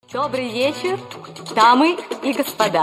Добрый вечер, дамы и господа.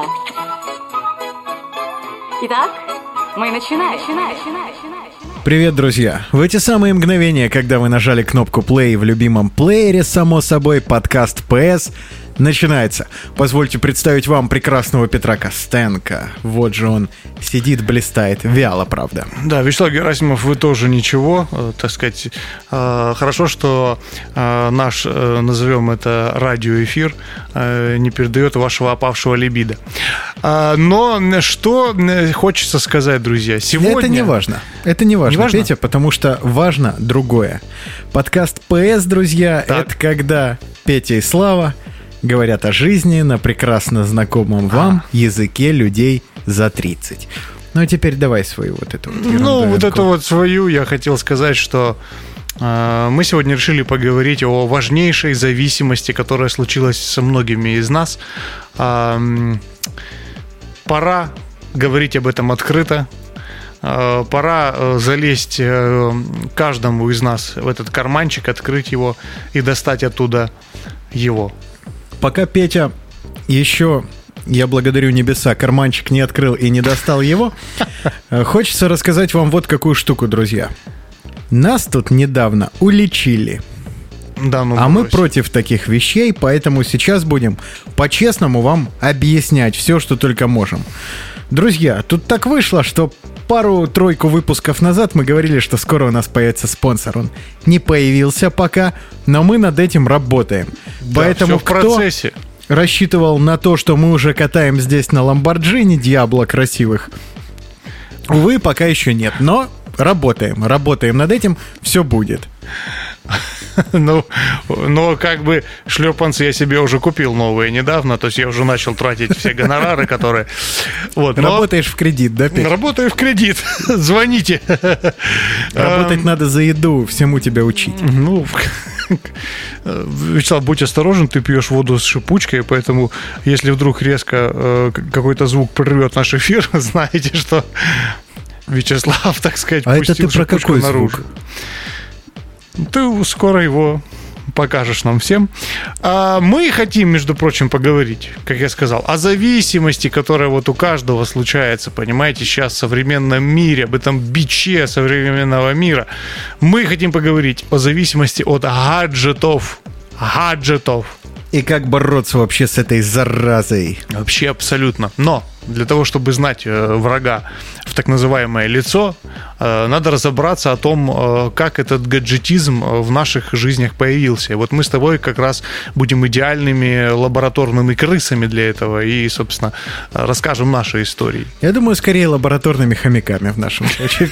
Итак, мы начинаем. Привет, друзья! В эти самые мгновения, когда вы нажали кнопку play в любимом плеере, само собой, подкаст PS начинается. Позвольте представить вам прекрасного Петра Костенко. Вот же он сидит, блистает, вяло, правда. Да, Вячеслав Герасимов, вы тоже ничего, так сказать. Хорошо, что наш, назовем это, радиоэфир не передает вашего опавшего либидо. Но что хочется сказать, друзья, сегодня... Это не важно, Петя, потому что важно другое. Подкаст PS, друзья, это когда Петя и Слава говорят о жизни на прекрасно знакомом вам языке людей за 30. Ну, а теперь давай свою вот эту вот ерунду. Ну, вот эту вот свою я хотел сказать, что мы сегодня решили поговорить о важнейшей зависимости, которая случилась со многими из нас. Пора говорить об этом открыто. Пора залезть каждому из нас в этот карманчик, открыть его и достать оттуда его. Пока Петя еще, я благодарю небеса, карманчик не открыл и не достал его, хочется рассказать вам вот какую штуку, друзья. Нас тут недавно уличили. Да, мы против таких вещей, поэтому сейчас будем по-честному вам объяснять все, что только можем. Друзья, тут так вышло, что пару-тройку выпусков назад мы говорили, что скоро у нас появится спонсор. Он не появился пока, но мы над этим работаем. Да, поэтому в процессе. Кто рассчитывал на то, что мы уже катаем здесь на Lamborghini Диабло красивых, увы, пока еще нет. Но работаем над этим, все будет. Ну, как бы шлепанцы я себе уже купил новые недавно, то есть я уже начал тратить все гонорары, которые... Вот, работаешь в кредит, да, Петя? Работаю в кредит, звоните. Работать надо за еду, всему тебя учить. Ну, Вячеслав, будь осторожен, ты пьешь воду с шипучкой, поэтому если вдруг резко какой-то звук прервет наш эфир, знаете, что Вячеслав, так сказать, пустил шипучку наружу. Ты скоро его покажешь нам всем. Мы хотим, между прочим, поговорить, как я сказал, о зависимости, которая вот у каждого случается, понимаете, сейчас в современном мире, об этом биче современного мира. Мы хотим поговорить о зависимости от гаджетов. И как бороться вообще с этой заразой? Вообще абсолютно. Но для того, чтобы знать врага в так называемое лицо, надо разобраться о том, как этот гаджетизм в наших жизнях появился. И вот мы с тобой как раз будем идеальными лабораторными крысами для этого и, собственно, расскажем наши истории. Я думаю, скорее лабораторными хомяками в нашем случае.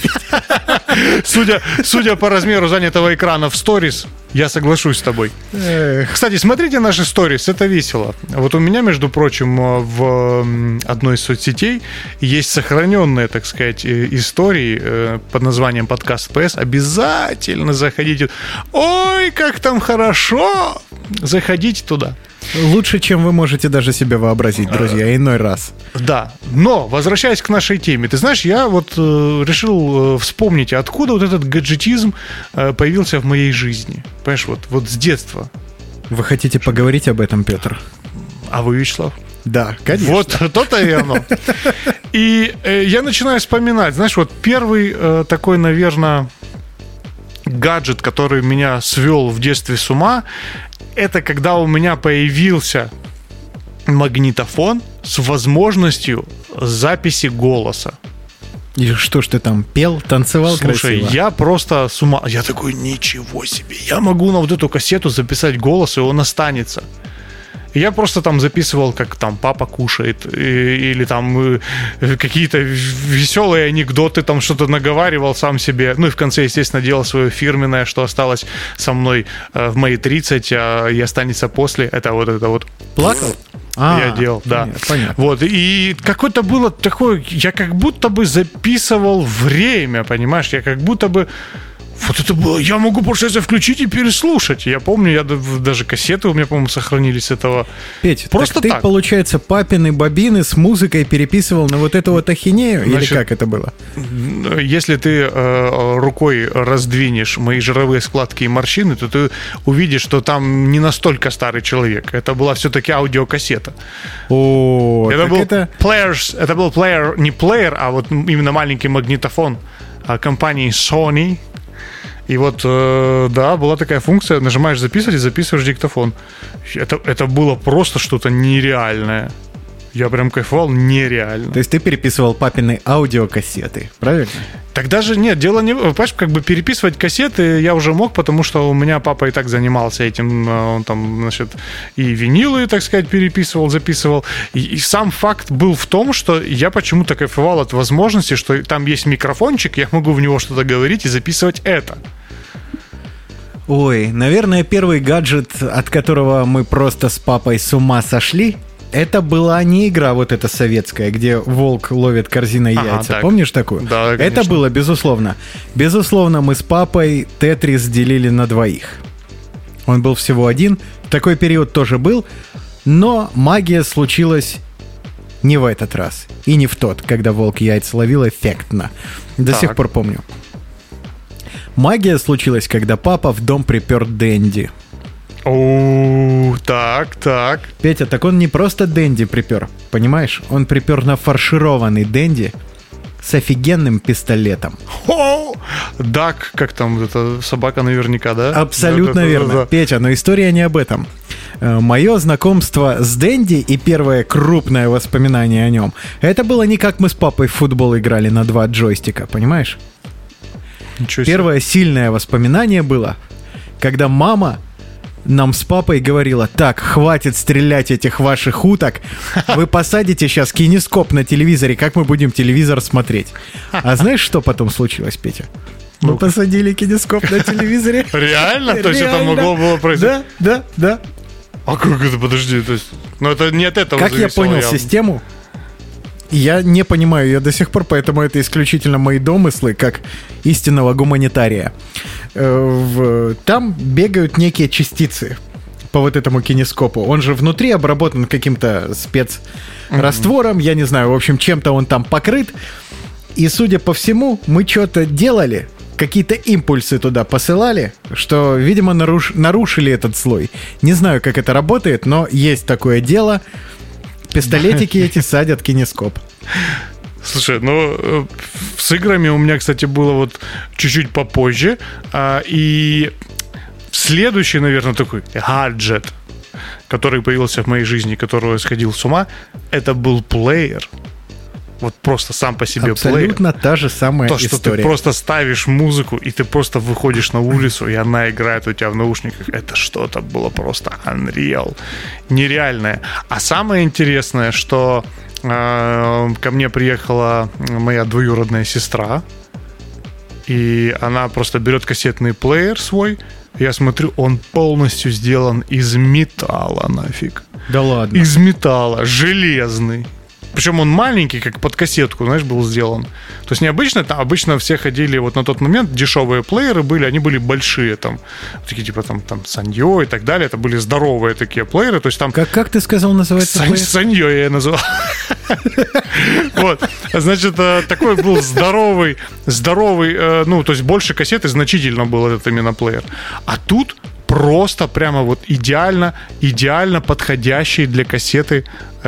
Судя по размеру занятого экрана в сторис, я соглашусь с тобой. Кстати, смотрите наши сторис, это весело. Вот у меня, между прочим, в одной из соцсетей есть сохраненные, так сказать, истории под названием «Подкаст PS». Обязательно заходите. Ой, как там хорошо! Заходите туда. Лучше, чем вы можете даже себе вообразить, друзья, иной раз. Да, но, возвращаясь к нашей теме, ты знаешь, я вот решил вспомнить, откуда вот этот гаджетизм появился в моей жизни. Понимаешь, вот с детства. Вы хотите поговорить об этом, Петр? А вы, Вячеслав? Да, конечно. Вот то-то и оно. И я начинаю вспоминать, знаешь, вот первый такой, наверное, гаджет, который меня свел в детстве с ума, это когда у меня появился магнитофон с возможностью записи голоса. И что ж ты там пел, танцевал? Слушай, красиво? Я просто с ума. Я такой, ничего себе. Я могу на вот эту кассету записать голос, и он останется. Я просто там записывал, как там папа кушает, или там какие-то веселые анекдоты, там что-то наговаривал сам себе. Ну и в конце, естественно, делал свое фирменное, что осталось со мной в мои 30, и останется после. Это вот. Плакал? Я делал, да. Понятно. Вот, и какое-то было такое, я как будто бы записывал время, понимаешь? Я как будто бы Вот это было, я могу, получается, включить и переслушать. Я помню, даже кассеты у меня, по-моему, сохранились с этого. Петь, просто так ты, получается, папины бобины с музыкой переписывал на вот эту вот ахинею? Значит, или как это было? Если ты рукой раздвинешь мои жировые складки и морщины, то ты увидишь, что там не настолько старый человек. Это была все-таки аудиокассета. О, это был плеер, не плеер, а вот именно маленький магнитофон компании Sony. И вот, да, была такая функция, нажимаешь записывать и записываешь диктофон. Это было просто что-то нереальное. Я прям кайфовал нереально. То есть ты переписывал папины аудиокассеты, правильно? Тогда же нет, дело не... Понимаешь, как бы переписывать кассеты я уже мог, потому что у меня папа и так занимался этим. Он там, значит, и винилы, так сказать, переписывал, записывал. И сам факт был в том, что я почему-то кайфовал от возможности, что там есть микрофончик, я могу в него что-то говорить и записывать это. Ой, наверное, первый гаджет, от которого мы просто с папой с ума сошли, это была не игра вот эта советская, где волк ловит корзиной яйца. Так. Помнишь такую? Да, конечно. Это было, безусловно. Безусловно, мы с папой Тетрис делили на двоих. Он был всего один. Такой период тоже был. Но магия случилась не в этот раз. И не в тот, когда волк яйца ловил эффектно. До сих пор помню. Магия случилась, когда папа в дом припер Дэнди. О, так. Петя, так он не просто Дэнди припер, понимаешь? Он припер нафаршированный Дэнди с офигенным пистолетом. Дак, как там, это собака наверняка, да? Абсолютно верно. Да. Петя, но история не об этом. Мое знакомство с Дэнди и первое крупное воспоминание о нем, это было не как мы с папой в футбол играли на 2 джойстика, понимаешь? Первое сильное воспоминание было, когда мама нам с папой говорила: так, хватит стрелять этих ваших уток, вы посадите сейчас кинескоп на телевизоре, как мы будем телевизор смотреть. А знаешь, что потом случилось, Петя? Мы посадили кинескоп на телевизоре. Реально? То есть это могло было произойти? Да. А как это, подожди, то есть... Ну это не от этого зависело. Как я понял систему, я не понимаю ее до сих пор, поэтому это исключительно мои домыслы, как истинного гуманитария. Там бегают некие частицы по вот этому кинескопу. Он же внутри обработан каким-то спецраствором, я не знаю, в общем, чем-то он там покрыт. И, судя по всему, мы что-то делали, какие-то импульсы туда посылали, что, видимо, нарушили этот слой. Не знаю, как это работает, но есть такое дело. Пистолетики эти садят кинескоп. Слушай, ну, с играми у меня, кстати, было вот чуть-чуть попозже. И следующий, наверное, такой гаджет, который появился в моей жизни, которого я сходил с ума, это был плеер. Вот просто сам по себе плеер. Абсолютно та же самая история. То, что ты просто ставишь музыку, и ты просто выходишь на улицу, и она играет у тебя в наушниках. Это что-то было просто unreal. Нереальное. А самое интересное, что ко мне приехала моя двоюродная сестра, и она просто берет кассетный плеер свой. Я смотрю, он полностью сделан из металла, нафиг. Да ладно? Из металла, железный. Причем он маленький, как под кассетку, знаешь, был сделан. То есть необычно, там обычно все ходили вот на тот момент, дешевые плееры были, они были большие, там, такие типа там Саньо и так далее, это были здоровые такие плееры, то есть там... Как ты сказал, называется плеер? Саньо я называл. Вот, значит, такой был здоровый, ну, то есть больше кассеты значительно был этот именно плеер. А тут просто прямо вот идеально подходящий для кассеты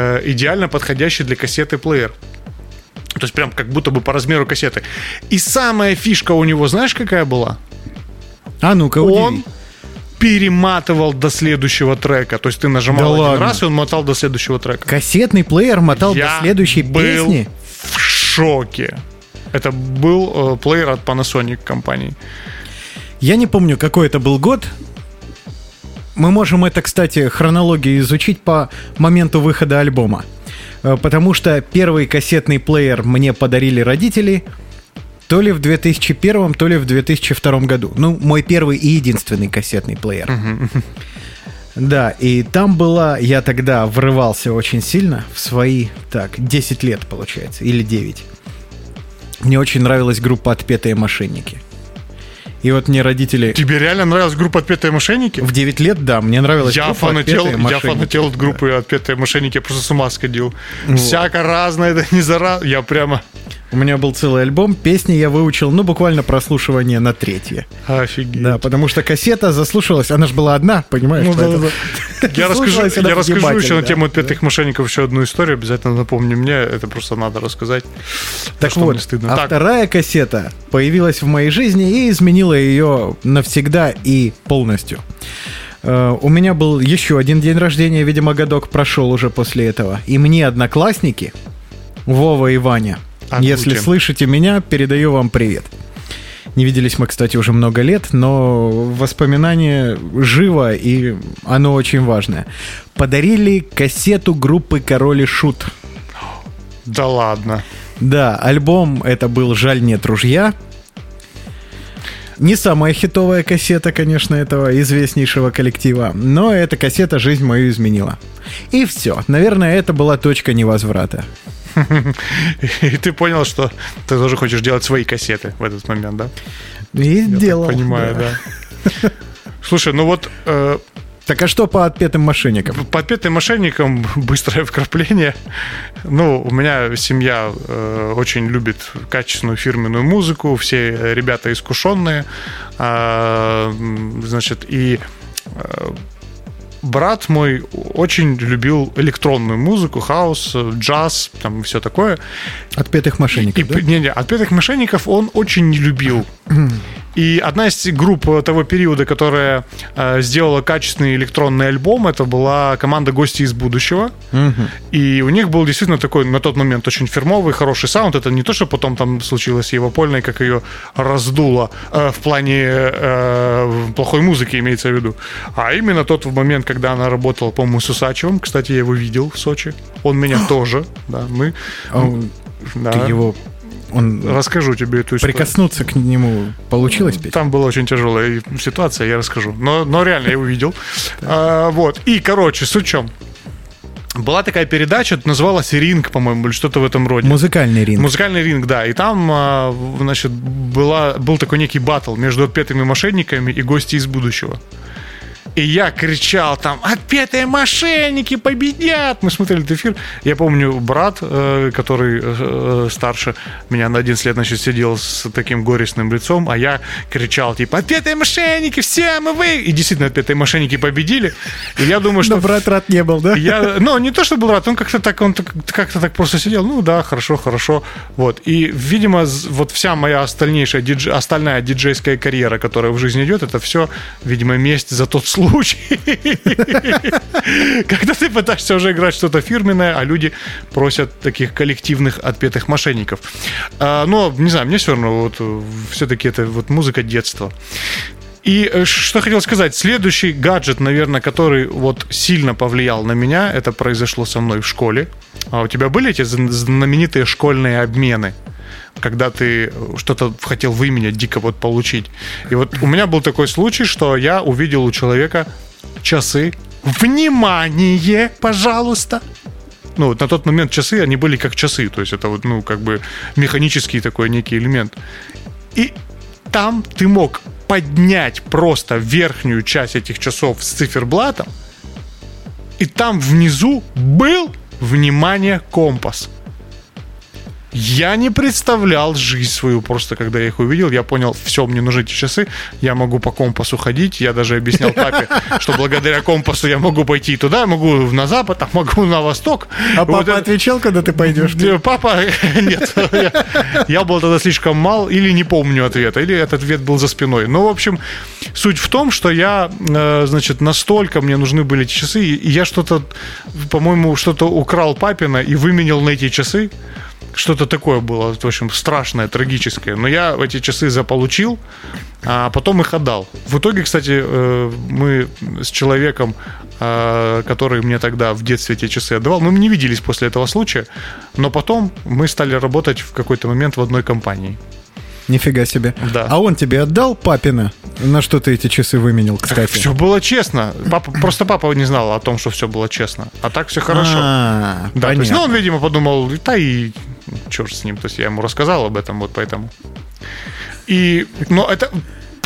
плеер. То есть прям как будто бы по размеру кассеты. И самая фишка у него, знаешь, какая была? А ну-ка, удиви. Он перематывал до следующего трека. То есть ты нажимал один раз, и он мотал до следующего трека. Кассетный плеер мотал до следующей песни? Я был в шоке. Это был плеер от Panasonic компании. Я не помню, какой это был год. Мы можем это, кстати, хронологию изучить по моменту выхода альбома. Потому что первый кассетный плеер мне подарили родители то ли в 2001, то ли в 2002 году. Ну, мой первый и единственный кассетный плеер. Да, и там была... Я тогда врывался очень сильно в свои, 10 лет, получается, или 9. Мне очень нравилась группа «Отпетые мошенники». И вот мне родители... Тебе реально нравилась группа «Отпетые мошенники»? В 9 лет, да, мне нравилась группа «Отпетые мошенники». Я фанател от группы «Отпетые мошенники», я просто с ума сходил. Всяко разное, это не за раз. Я прямо... У меня был целый альбом, песни я выучил, буквально прослушивание на 3. Офигеть. Да, потому что кассета заслушалась, она же была одна, понимаешь? Я расскажу еще на тему «Отпетых мошенников» еще одну историю, обязательно напомни мне, это просто надо рассказать. Так вот, вторая кассета появилась в моей жизни и изменила ее навсегда и полностью. У меня был еще один день рождения, видимо, годок прошел уже после этого, и мне одноклассники, Вова и Ваня, если слышите меня, передаю вам привет. Не виделись мы, кстати, уже много лет, но воспоминание живо, и оно очень важное. Подарили кассету группы «Король и Шут». Да ладно. Да, альбом это был «Жаль, нет ружья». Не самая хитовая кассета, конечно, этого известнейшего коллектива, но эта кассета жизнь мою изменила. И все. Наверное, это была точка невозврата. И ты понял, что ты тоже хочешь делать свои кассеты в этот момент, да? И сделал. Понимаю, да. Слушай, ну вот... Так а что по «Отпетым мошенникам»? По «Отпетым мошенникам» быстрое вкрапление. Ну, у меня семья очень любит качественную фирменную музыку, все ребята искушенные, значит, и брат мой очень любил электронную музыку, хаус, джаз, там все такое. «Отпетых мошенников», да? Не, «Отпетых мошенников» он очень не любил. И одна из групп того периода, которая сделала качественный электронный альбом, это была команда «Гости из будущего». И у них был действительно такой, на тот момент, очень фирмовый, хороший саунд. Это не то, что потом там случилось его польной, как ее раздуло в плане плохой музыки, имеется в виду. А именно тот момент, когда она работала, по-моему, с Усачевым. Кстати, я его видел в Сочи. Он меня тоже. Да, мы... Ты его... Расскажу тебе эту историю. Прикоснуться к нему получилось, Петя? Там была очень тяжелая ситуация, я расскажу. Но реально я его видел. Вот. И, короче, суть в чем? Была такая передача, называлась «Ринг», по-моему, или что-то в этом роде. Музыкальный ринг. Музыкальный ринг, да. И там, значит, был такой некий баттл между «Отпетыми мошенниками» и «Гости из будущего». И я кричал там: «Отпетые мошенники победят!» Мы смотрели этот эфир. Я помню, брат, который старше меня на 11 лет, значит, сидел с таким горестным лицом, а я кричал типа: «Отпетые мошенники, все мы вы!» И действительно, отпетые мошенники победили. И я думаю, что... Но брат рад не был, да? Ну, не то, что был рад, он как-то так просто сидел. Ну да, хорошо. Вот. И, видимо, вот вся моя остальная диджейская карьера, которая в жизни идет, это все, видимо, месть за тот случай, когда ты пытаешься уже играть что-то фирменное, а люди просят таких коллективных отпетых мошенников. Но, не знаю, мне все равно вот все-таки это вот музыка детства. И что хотел сказать, следующий гаджет, наверное, который вот сильно повлиял на меня, это произошло со мной в школе. А у тебя были эти знаменитые школьные обмены? Когда ты что-то хотел выменять, дико вот получить. И вот у меня был такой случай, что я увидел у человека часы. Внимание, пожалуйста! Ну, вот на тот момент часы, они были как часы. То есть это вот, ну, как бы механический такой некий элемент. И там ты мог поднять просто верхнюю часть этих часов с циферблатом, и там внизу был, внимание, компас. Я не представлял жизнь свою, просто когда я их увидел, я понял, все, мне нужны эти часы, я могу по компасу ходить, я даже объяснял папе, что благодаря компасу я могу пойти туда, я могу на запад, а могу на восток. А вот папа отвечал, когда ты пойдешь? Папа, нет, я был тогда слишком мал, или не помню ответа, или этот ответ был за спиной. Ну, в общем, суть в том, что я, значит, настолько мне нужны были эти часы, и я что-то, по-моему, что-то украл папина и выменял на эти часы. Что-то такое было, в общем, страшное, трагическое. Но я эти часы заполучил, а потом их отдал. В итоге, кстати, мы с человеком, который мне тогда в детстве эти часы отдавал, мы не виделись после этого случая, но потом мы стали работать в какой-то момент в одной компании. Нифига себе. Да. А он тебе отдал папина? На что ты эти часы выменил, кстати? Так все было честно. Просто папа не знал о том, что все было честно. А так все хорошо. Да, то есть, ну, он, видимо, подумал, да и черт с ним. То есть я ему рассказал об этом, вот поэтому. Но это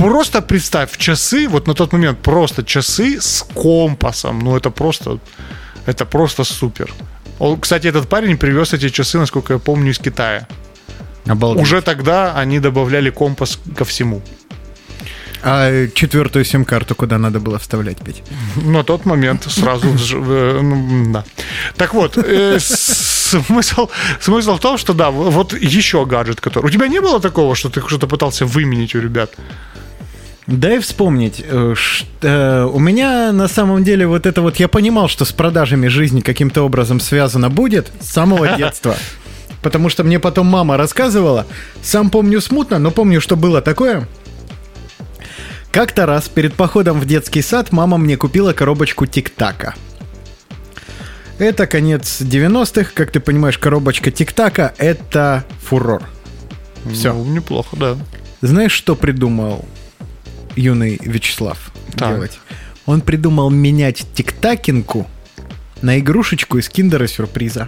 просто представь, часы, вот на тот момент просто часы с компасом. Ну, это просто супер. Кстати, этот парень привез эти часы, насколько я помню, из Китая. Обалдеть. Уже тогда они добавляли компас ко всему. А 4-ю сим-карту куда надо было вставлять, Петь? На тот момент сразу... Да. Так вот, смысл в том, что да, вот еще гаджет, который... У тебя не было такого, что ты что-то пытался выменить у ребят? Дай вспомнить. У меня на самом деле вот это вот... Я понимал, что с продажами жизнь каким-то образом связана будет с самого детства. Потому что мне потом мама рассказывала. Сам помню смутно, но помню, что было такое... Как-то раз перед походом в детский сад мама мне купила коробочку Тик-Така. Это конец 90-х, как ты понимаешь, коробочка Тик-Така — это фурор. Все. Ну, неплохо, да. Знаешь, что придумал юный Вячеслав делать? Он придумал менять Тик-Такинку на игрушечку из Киндера-сюрприза.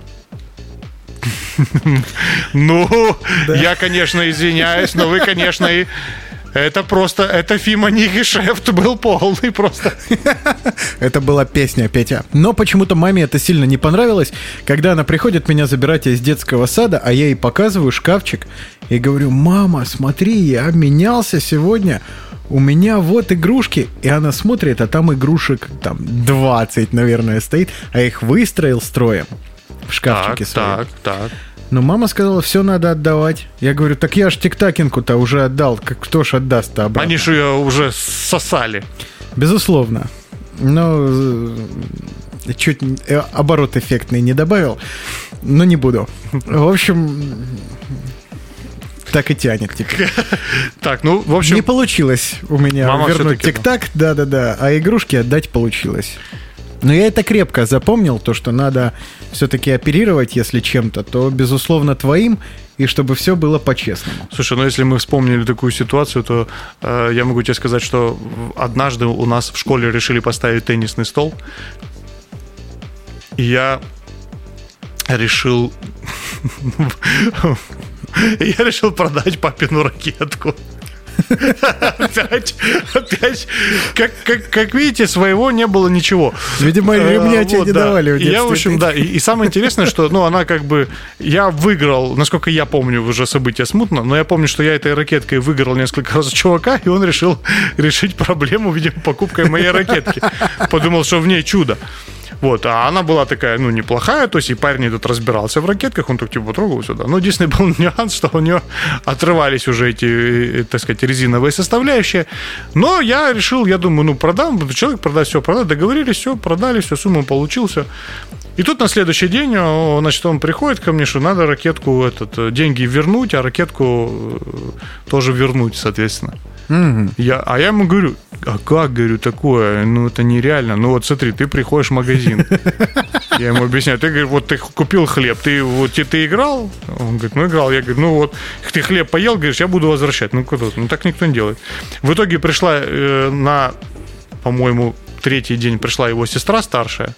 Ну, я, конечно, извиняюсь, но вы, конечно, и... Это Фима не гешефт был полный просто. Это была песня, Петя. Но почему-то маме это сильно не понравилось. Когда она приходит меня забирать из детского сада, а я ей показываю шкафчик и говорю: мама, смотри, я менялся сегодня. У меня вот игрушки. И она смотрит, а там игрушек там 20, наверное, стоит. А я их выстроил строем в шкафчике своем. Так. Но мама сказала, все надо отдавать. Я говорю, так я ж Тик-Такинку-то уже отдал. Кто ж отдаст-то обратно? Они же ее уже сосали. Безусловно. Но чуть оборот эффектный не добавил. Но не буду. В общем, так и тянет теперь. Так, ну, в общем... Не получилось у меня вернуть Тик-Так. Да-да-да. А игрушки отдать получилось. Но я это крепко запомнил, то, что надо все-таки оперировать, если чем-то, то, безусловно, твоим, и чтобы все было по-честному. Слушай, ну если мы вспомнили такую ситуацию, то я могу тебе сказать, что однажды у нас в школе решили поставить теннисный стол, и я решил продать папину ракетку. Опять, как видите, своего не было ничего. Видимо, ремня тебе не давали в детстве. Я, в общем, да, и самое интересное, что, ну, она как бы, я выиграл, насколько я помню, уже события смутно, но я помню, что я этой ракеткой выиграл несколько раз у чувака, и он решил решить проблему, видимо, покупкой моей ракетки. Подумал, что в ней чудо. Вот, а она была такая, ну, неплохая, то есть и парень тут разбирался в ракетках, он так типа потрогал сюда. Но единственный был нюанс, что у нее отрывались уже эти, так сказать, резиновые составляющие. Но я решил, я думаю, ну, продам, человек продаст, все, продать, договорились, все, продали, все, сумма получился. И тут на следующий день, значит, он приходит ко мне, что надо ракетку, деньги вернуть, а ракетку тоже вернуть, соответственно. А я ему говорю, а как, говорю, такое? Ну, это нереально. Ну, вот смотри, ты приходишь в магазин. Я ему объясняю, ты, говоришь, вот ты купил хлеб, ты играл? Он говорит, ну, играл. Я говорю, ну, вот, ты хлеб поел, говоришь, я буду возвращать. Ну, так никто не делает. В итоге пришла по-моему, третий день пришла его сестра старшая.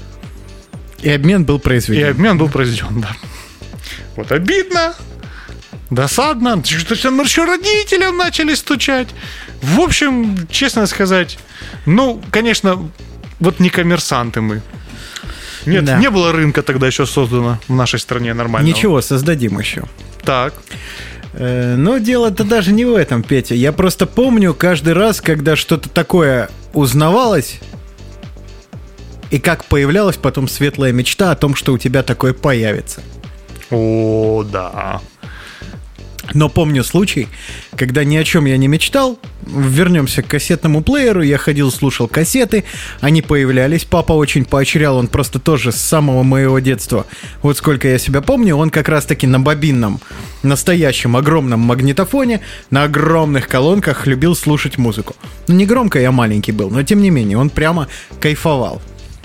И обмен был произведен. Да. Вот обидно. Досадно, что там еще родителям начали стучать. В общем, честно сказать, ну, конечно, вот не коммерсанты мы. Нет, да. Не было рынка тогда еще создано в нашей стране нормального. Ничего, создадим еще. Так. Но дело-то даже не в этом, Петя. Я просто помню каждый раз, когда что-то такое узнавалось, и как появлялась потом светлая мечта о том, что у тебя такое появится. О, да. Но помню случай, когда ни о чем я не мечтал. Вернемся к кассетному плееру. Я ходил, слушал кассеты. Они появлялись. Папа очень поощрял. Он просто тоже с самого моего детства. Вот сколько я себя помню. Он как раз-таки на бобинном, настоящем огромном магнитофоне, на огромных колонках любил слушать музыку. Ну, не громко, я маленький был. Но тем не менее, он прямо кайфовал.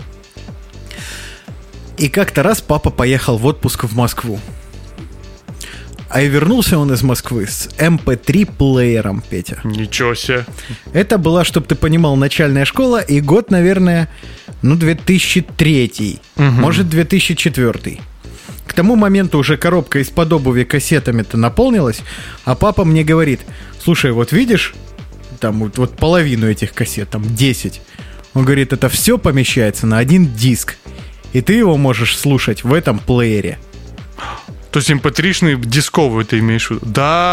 И как-то раз папа поехал в отпуск в Москву. А и вернулся он из Москвы с MP3-плеером, Петя. Ничего себе. Это была, чтобы ты понимал, начальная школа, и год, наверное, 2003, может, 2004. К тому моменту уже коробка из-под обуви кассетами-то наполнилась, а папа мне говорит, слушай, вот видишь там вот половину этих кассет, там 10. Он говорит, это все помещается на один диск. И ты его можешь слушать в этом плеере. То есть MP3-шный дисковый ты имеешь в виду?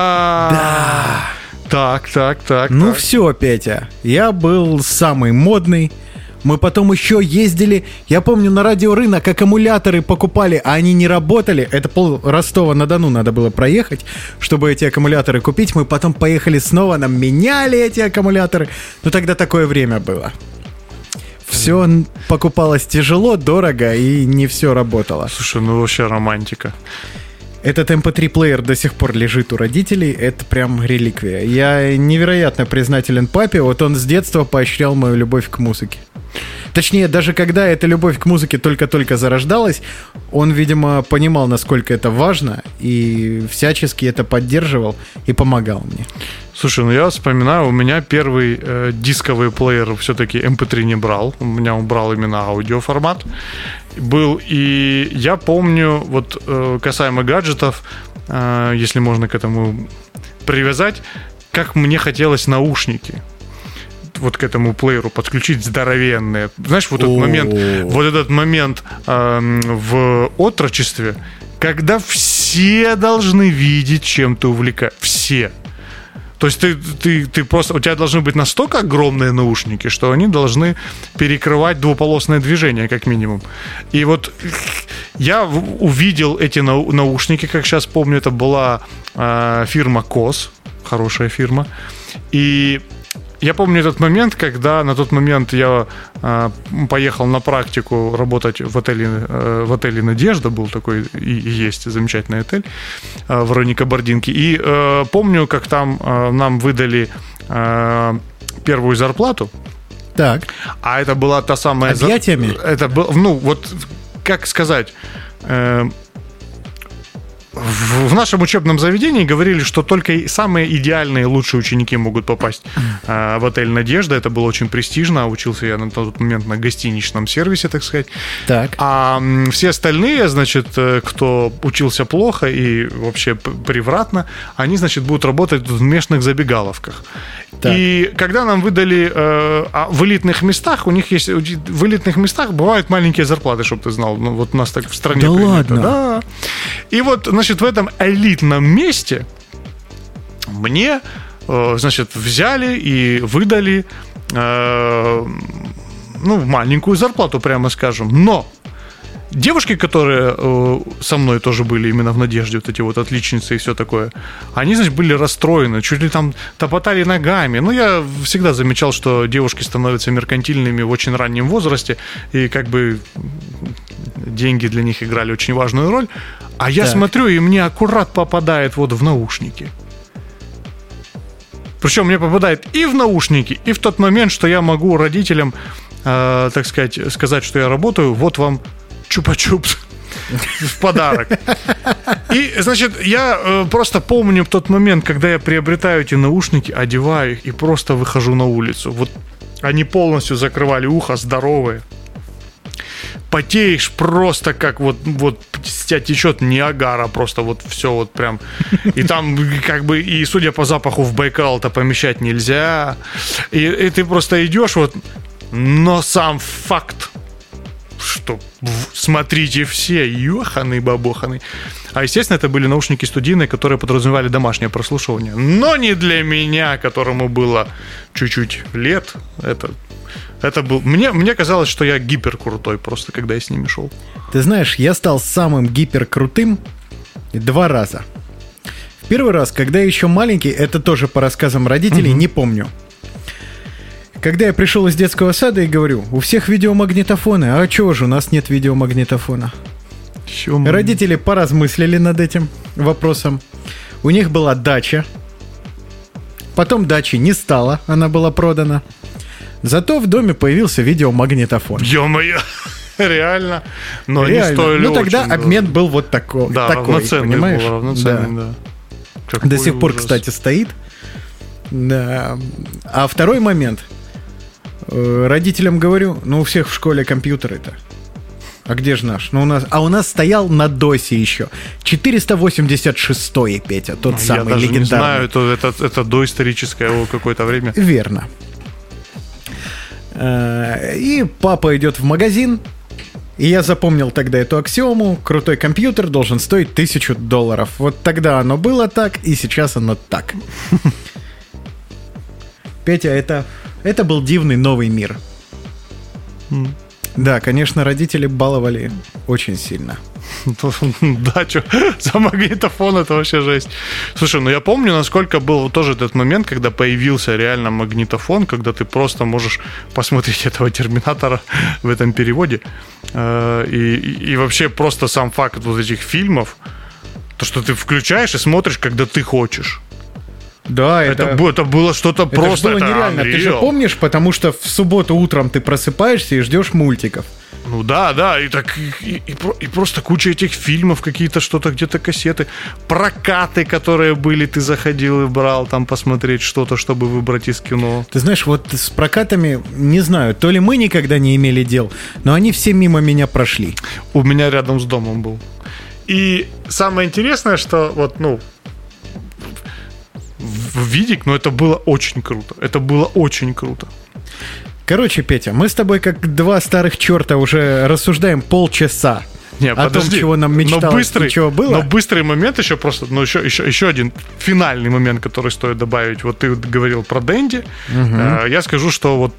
Да. Так. Ну все, Петя, я был самый модный. Мы потом еще ездили, я помню, на Радиорынок аккумуляторы покупали, а они не работали. Это пол Ростова-на-Дону надо было проехать, чтобы эти аккумуляторы купить. Мы потом поехали снова, нам меняли эти аккумуляторы. Ну тогда такое время было. Все покупалось тяжело, дорого, и не все работало. Слушай, ну вообще романтика. Этот MP3-плеер до сих пор лежит у родителей, это прям реликвия. Я невероятно признателен папе, вот он с детства поощрял мою любовь к музыке. Точнее, даже когда эта любовь к музыке только-только зарождалась, он, видимо, понимал, насколько это важно, и всячески это поддерживал и помогал мне. Слушай, ну я вспоминаю, у меня первый дисковый плеер все-таки MP3 не брал, у меня он брал именно аудиоформат был, и я помню, вот касаемо гаджетов, если можно к этому привязать, как мне хотелось наушники вот к этому плееру подключить здоровенные. Знаешь, вот этот момент в отрочестве, когда все должны видеть, чем ты увлекаешься. Все. То есть ты просто... У тебя должны быть настолько огромные наушники, что они должны перекрывать двуполосное движение, как минимум. И вот я увидел эти наушники, как сейчас помню, это была фирма KOS, хорошая фирма. И я помню этот момент, когда на тот момент я поехал на практику работать в отеле «Надежда», был такой и есть замечательный отель в районе Кабардинки. И помню, как там нам выдали первую зарплату. Так. А это была та самая... Объятиями? Это был, ну, вот, как сказать... В нашем учебном заведении говорили, что только самые идеальные, лучшие ученики могут попасть в отель «Надежда». Это было очень престижно. Учился я на тот момент на гостиничном сервисе, так сказать. Так. А все остальные, значит, кто учился плохо и вообще превратно, они, значит, будут работать в местных забегаловках. Так. И когда нам выдали в элитных местах, у них есть... В элитных местах бывают маленькие зарплаты, чтобы ты знал. Ну, вот у нас так в стране да принято. Ладно? Да. И вот, значит, в этом элитном месте мне, значит, взяли и выдали, маленькую зарплату, прямо скажем. Но девушки, которые со мной тоже были именно в «Надежде», вот эти вот отличницы и все такое, они, значит, были расстроены, чуть ли там топотали ногами. Ну, я всегда замечал, что девушки становятся меркантильными в очень раннем возрасте, и как бы деньги для них играли очень важную роль. А я смотрю, и мне аккурат попадает вот в наушники. Причем мне попадает и в наушники, и в тот момент, что я могу родителям, так сказать, что я работаю, вот вам чупа-чупс в подарок. И, значит, я просто помню тот момент, когда я приобретаю эти наушники, одеваю их и просто выхожу на улицу. Вот они полностью закрывали ухо, здоровые. Потеешь просто как вот с тебя течет Ниагара, просто вот все вот прям. И там как бы, и судя по запаху, в Байкал-то помещать нельзя. И ты просто идешь вот, но сам факт, что смотрите все, ёханый-бабоханый. А, естественно, это были наушники студийные, которые подразумевали домашнее прослушивание. Но не для меня, которому было чуть-чуть лет. Это был... Мне казалось, что я гиперкрутой просто, когда я с ними шел. Ты знаешь, я стал самым гиперкрутым 2 раза. В первый раз, когда я еще маленький, это тоже по рассказам родителей, не помню. Когда я пришел из детского сада и говорю, у всех видеомагнитофоны, а чего же у нас нет видеомагнитофона? Родители поразмыслили над этим вопросом. У них была дача. Потом дачи не стало, она была продана. Зато в доме появился видеомагнитофон. Ё-моё, реально. Но реально. они стоили. Ну тогда очень, обмен был вот такой, понимаешь? Был, равноценный, да. До сих пор, кстати, стоит. Да. А второй момент. Родителям говорю, ну у всех в школе компьютеры-то. А где же наш? У нас стоял на досе еще. 486-й, Петя, тот самый легендарный. Я даже не знаю, это доисторическое какое-то время. Верно. И папа идет в магазин. И я запомнил тогда эту аксиому: крутой компьютер должен стоить $1000. Вот тогда оно было так, и сейчас оно так. Петя, это был дивный новый мир. Да, конечно, родители баловали очень сильно. Да, что, за магнитофон это вообще жесть. Слушай, я помню, насколько был тоже этот момент, когда появился реально магнитофон, когда ты просто можешь посмотреть этого Терминатора в этом переводе. И вообще просто сам факт вот этих фильмов, то, что ты включаешь и смотришь, когда ты хочешь. Да, это было что-то просто... Это было нереально. Ты же помнишь, потому что в субботу утром ты просыпаешься и ждешь мультиков. Ну да, и просто куча этих фильмов, какие-то что-то, где-то кассеты, прокаты, которые были, ты заходил и брал там посмотреть что-то, чтобы выбрать из кино. Ты знаешь, вот с прокатами, не знаю, то ли мы никогда не имели дел, но они все мимо меня прошли. У меня рядом с домом был. И самое интересное, что в видик, это было очень круто. Это было очень круто. Короче, Петя, мы с тобой как два старых черта уже рассуждаем полчаса о том, чего нам мечталось и чего было. Но быстрый момент еще просто, еще один финальный момент, который стоит добавить. Вот ты говорил про Дэнди. Я скажу, что вот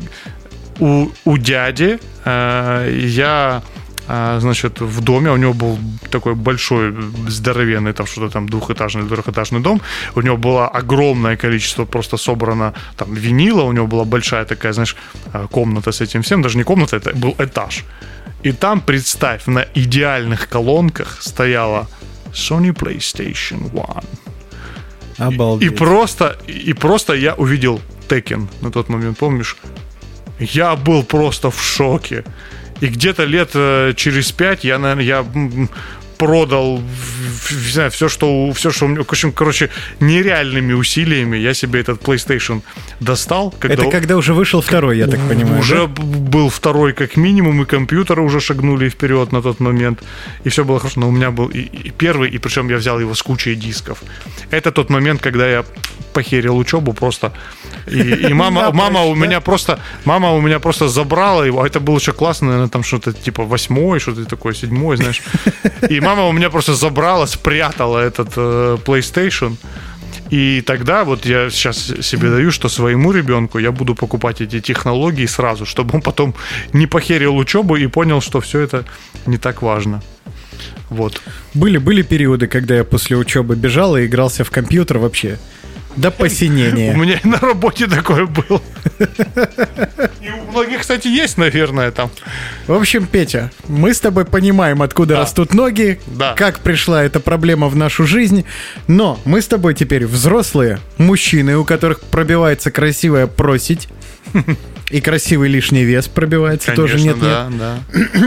у дяди я... Значит, в доме, у него был такой большой, здоровенный, там что-то там двухэтажный, трехэтажный дом. У него было огромное количество просто собрано там винила, у него была большая такая, знаешь, комната с этим всем, даже не комната, это был этаж. И там, представь, на идеальных колонках стояла Sony PlayStation 1. Обалдеть. И просто я увидел Tekken на тот момент, помнишь? Я был просто в шоке. И где-то лет через 5 я продал все, что у меня... Короче, нереальными усилиями я себе этот PlayStation достал. Когда уже вышел второй, я так понимаю. Уже был второй как минимум, и компьютеры уже шагнули вперед на тот момент. И все было хорошо. Но у меня был и первый, и причем я взял его с кучей дисков. Это тот момент, когда я похерил учебу просто. И мама у меня просто забрала его. А это было еще классно, наверное, там что-то типа 8-й, что-то такое, 7-й, знаешь. И мама у меня просто забрала, спрятала этот PlayStation. И тогда вот я сейчас себе даю, что своему ребенку я буду покупать эти технологии сразу, чтобы он потом не похерил учебу и понял, что все это не так важно. Вот. Были периоды, когда я после учебы бежал и игрался в компьютер вообще до посинения. У меня и на работе такое было. И у многих, кстати, есть, наверное, там. В общем, Петя, мы с тобой понимаем, откуда растут ноги, как пришла эта проблема в нашу жизнь, но мы с тобой теперь взрослые мужчины, у которых пробивается красивая просить, и красивый лишний вес пробивается. Конечно, тоже нет. Да.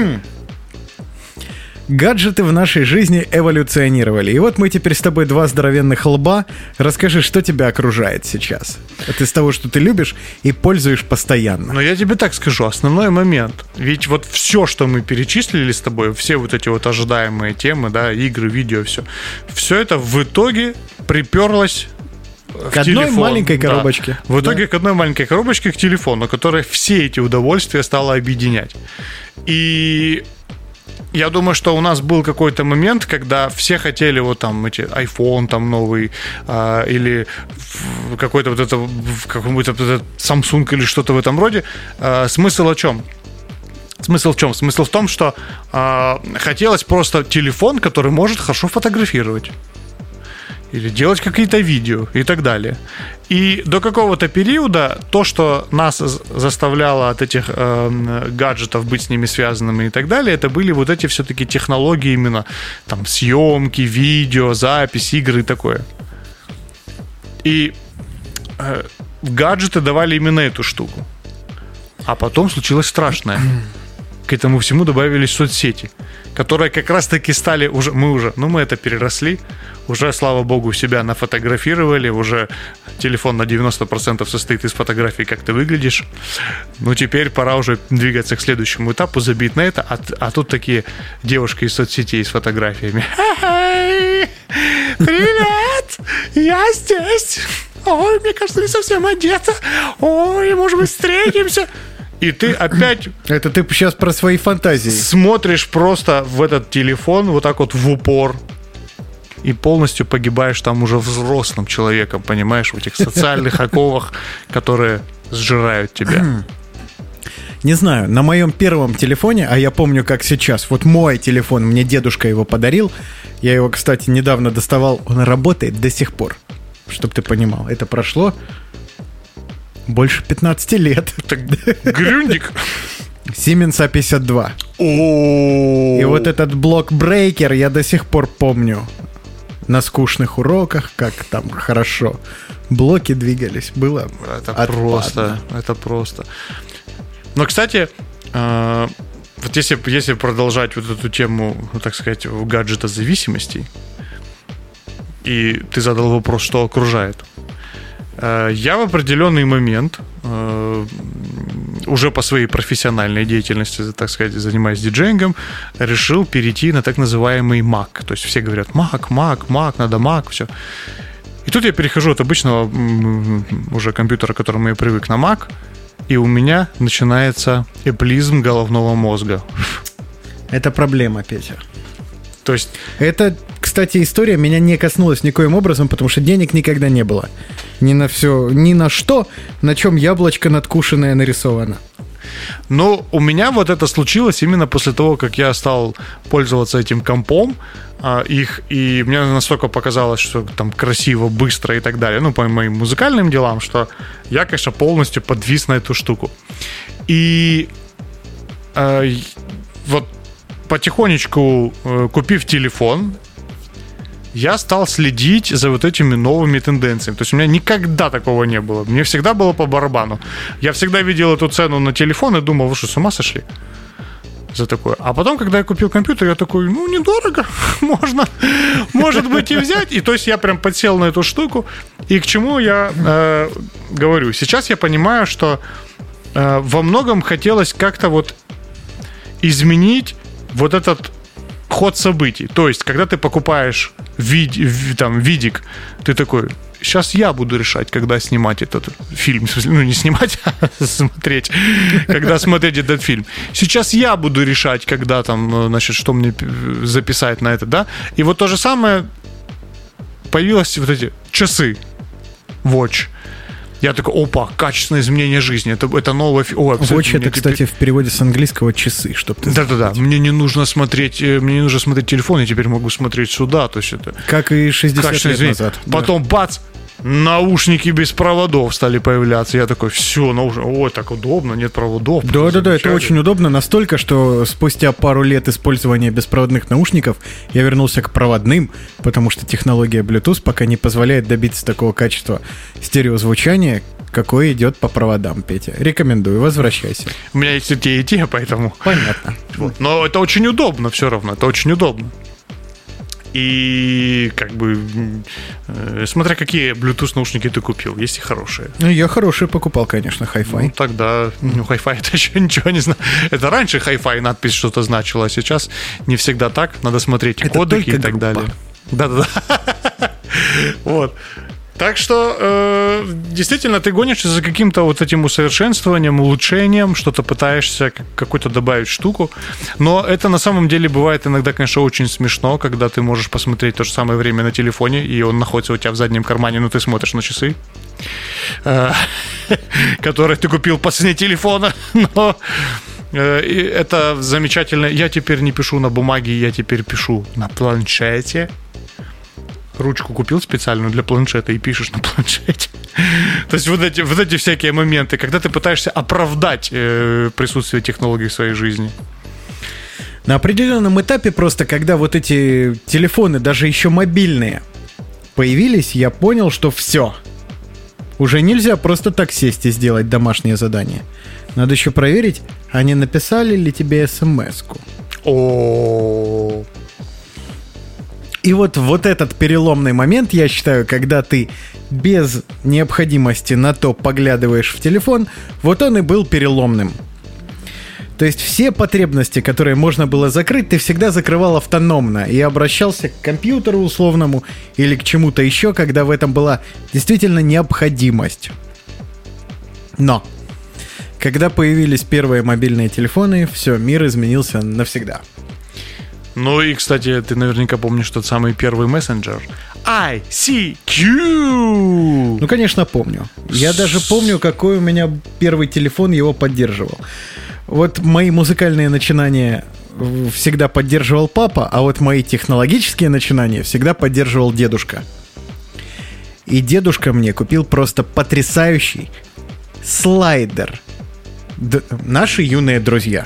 Гаджеты в нашей жизни эволюционировали. И вот мы теперь с тобой два здоровенных лба. Расскажи, что тебя окружает сейчас? Это из того, что ты любишь и пользуешь постоянно. Но я тебе так скажу, основной момент. Ведь вот все, что мы перечислили с тобой, все вот эти вот ожидаемые темы, да, игры, видео, все это в итоге приперлось к одной маленькой коробочке. Да. В итоге к одной маленькой коробочке, к телефону, которая все эти удовольствия стала объединять. И... я думаю, что у нас был какой-то момент, когда все хотели вот там эти iPhone там новый, или какой-то вот это, какой-то вот этот Samsung или что-то в этом роде. Смысл о чем? Смысл в чем? Смысл в том, что хотелось просто телефон, который может хорошо фотографировать. Или делать какие-то видео и так далее. И до какого-то периода то, что нас заставляло от этих гаджетов быть с ними связанными и так далее, это были вот эти все-таки технологии именно там съемки, видео, запись, игры и такое. И гаджеты давали именно эту штуку. А потом случилось страшное. к этому всему добавились соцсети, которые как раз-таки стали мы это переросли, уже, слава богу, себя нафотографировали, уже телефон на 90% состоит из фотографий, как ты выглядишь. Ну, теперь пора уже двигаться к следующему этапу, забить на это, а тут такие девушки из соцсетей с фотографиями. Привет! Я здесь! Ой, мне кажется, не совсем одета. Ой, может быть, встретимся. И ты опять... Это ты сейчас про свои фантазии. Смотришь просто в этот телефон вот так вот в упор и полностью погибаешь там уже взрослым человеком, понимаешь, в этих социальных оковах, которые сжирают тебя. Не знаю, на моем первом телефоне, а я помню, как сейчас, вот мой телефон, мне дедушка его подарил, я его, кстати, недавно доставал, он работает до сих пор, чтобы ты понимал. Это прошло больше 15 лет. Грюндик. Siemens A52. И вот этот блок-брейкер я до сих пор помню. На скучных уроках, как там хорошо блоки двигались, было это просто. Но, кстати, вот если продолжать вот эту тему, так сказать, гаджетозависимостей, и ты задал вопрос, что окружает. Я в определенный момент, уже по своей профессиональной деятельности, так сказать, занимаясь диджеингом, решил перейти на так называемый Mac. То есть все говорят, Mac, надо Mac, все. И тут я перехожу от обычного уже компьютера, к которому я привык, на Mac, и у меня начинается эплизм головного мозга. Это проблема, Петя. То есть... Это, кстати, история меня не коснулась никоим образом, потому что денег никогда не было. Ни на все, ни на что, на чем яблочко надкушенное нарисовано. Ну, у меня вот это случилось именно после того, как я стал пользоваться этим компом, и мне настолько показалось, что там красиво, быстро и так далее, ну, по моим музыкальным делам, что я, конечно, полностью подвис на эту штуку. И вот потихонечку, купив телефон, я стал следить за вот этими новыми тенденциями. То есть у меня никогда такого не было. Мне всегда было по барабану. Я всегда видел эту цену на телефон и думал, вы что, с ума сошли? За такое. А потом, когда я купил компьютер, я такой, ну, недорого, можно, может быть, и взять. И то есть я прям подсел на эту штуку. И к чему я говорю? Сейчас я понимаю, что во многом хотелось как-то вот изменить вот этот ход событий. То есть, когда ты покупаешь видик, ты такой, сейчас я буду решать, когда снимать этот фильм. Ну, не снимать, а смотреть. Когда смотреть этот фильм. Сейчас я буду решать, когда там, значит, что мне записать на это, да? И вот то же самое появилось вот эти часы Watch. Я такой, опа, качественное изменение жизни. Это новое... Watch это, кстати, в переводе с английского часы, чтобы ты... Да-да-да. Мне не нужно смотреть телефон, я теперь могу смотреть сюда. То есть это... Как и 60 лет назад. Потом, бац, наушники без проводов стали появляться. Я такой, все, ой, так удобно, нет проводов. Да-да-да, это очень удобно. Настолько, что спустя пару лет использования беспроводных наушников я вернулся к проводным, потому что технология Bluetooth пока не позволяет добиться такого качества стереозвучания, какое идет по проводам, Петя. Рекомендую, возвращайся. У меня есть и те, поэтому... Понятно. Вот. Но это очень удобно все равно, это очень удобно. И как бы смотря какие Bluetooth наушники ты купил, есть и хорошие. Ну, я хорошие покупал, конечно, Hi-Fi. Ну, тогда, Hi-Fi это еще ничего не знаю. Это раньше Hi-Fi надпись что-то значила, а сейчас не всегда так. Надо смотреть это кодеки и так далее. Да-да-да. Вот. Так что, действительно, ты гонишься за каким-то вот этим усовершенствованием, улучшением, что-то пытаешься, какую-то добавить штуку. Но это на самом деле бывает иногда, конечно, очень смешно, когда ты можешь посмотреть то же самое время на телефоне, и он находится у тебя в заднем кармане, но ты смотришь на часы, которые ты купил по цене телефона. Но это замечательно. Я теперь не пишу на бумаге, я теперь пишу на планшете. Ручку купил специальную для планшета и пишешь на планшете. То есть вот эти всякие моменты, когда ты пытаешься оправдать присутствие технологий в своей жизни. На определенном этапе просто, когда вот эти телефоны, даже еще мобильные, появились, я понял, что все. Уже нельзя просто так сесть и сделать домашнее задание. Надо еще проверить, а не написали ли тебе смс-ку. О. И вот этот переломный момент, я считаю, когда ты без необходимости на то поглядываешь в телефон, вот он и был переломным. То есть все потребности, которые можно было закрыть, ты всегда закрывал автономно и обращался к компьютеру условному или к чему-то еще, когда в этом была действительно необходимость. Но когда появились первые мобильные телефоны, все, мир изменился навсегда. Ну и, кстати, ты наверняка помнишь тот самый первый мессенджер ICQ. Ну, конечно, помню. Я даже помню, какой у меня первый телефон его поддерживал. Вот мои музыкальные начинания всегда поддерживал папа, а вот мои технологические начинания всегда поддерживал дедушка. И дедушка мне купил просто потрясающий слайдер. Наши юные друзья.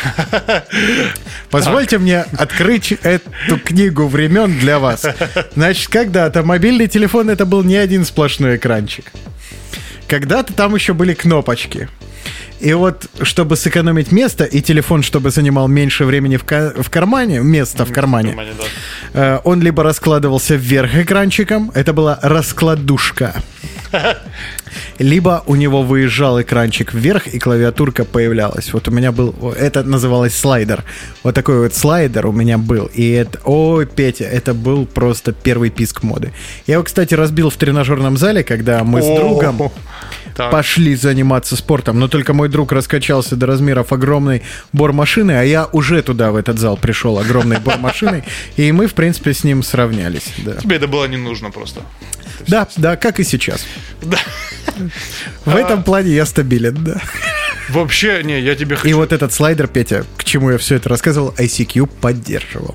Позвольте мне открыть эту книгу времен для вас. Значит, когда-то мобильный телефон — это был не один сплошной экранчик. Когда-то там еще были кнопочки. И вот, чтобы сэкономить место, и телефон, чтобы занимал меньше времени в кармане, места в кармане, да. Он либо раскладывался вверх экранчиком, это была раскладушка, либо у него выезжал экранчик вверх, и клавиатурка появлялась. Вот у меня был, это называлось слайдер. Вот такой вот слайдер у меня был. И это, ой, Петя, это был просто первый писк моды. Я его, кстати, разбил в тренажерном зале, когда мы с другом пошли заниматься спортом. Но только мой друг раскачался до размеров огромной бормашины, а я уже туда, в этот зал, пришел огромной бормашиной. И мы, в принципе, с ним сравнялись. Да. Тебе это было не нужно просто. Да, как и сейчас. Да. В этом плане я стабилен, да. Вообще, не, я тебе хочу... И вот этот слайдер, Петя, к чему я все это рассказывал, ICQ поддерживал.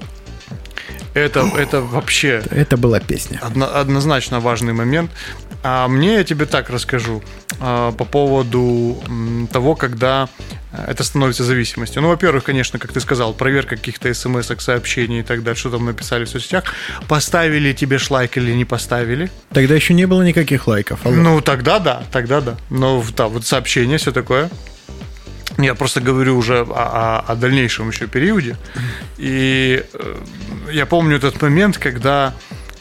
Это вообще... Это была песня. Однозначно важный момент. А мне я тебе так расскажу по поводу того, когда это становится зависимостью. Ну, во-первых, конечно, как ты сказал, проверка каких-то смс-ок, сообщений и так далее, что там написали в соцсетях. Поставили тебе лайк или не поставили. Тогда еще не было никаких лайков. Ну, тогда да. Но да, вот сообщения, все такое. Я просто говорю уже о дальнейшем еще периоде. И я помню этот момент, когда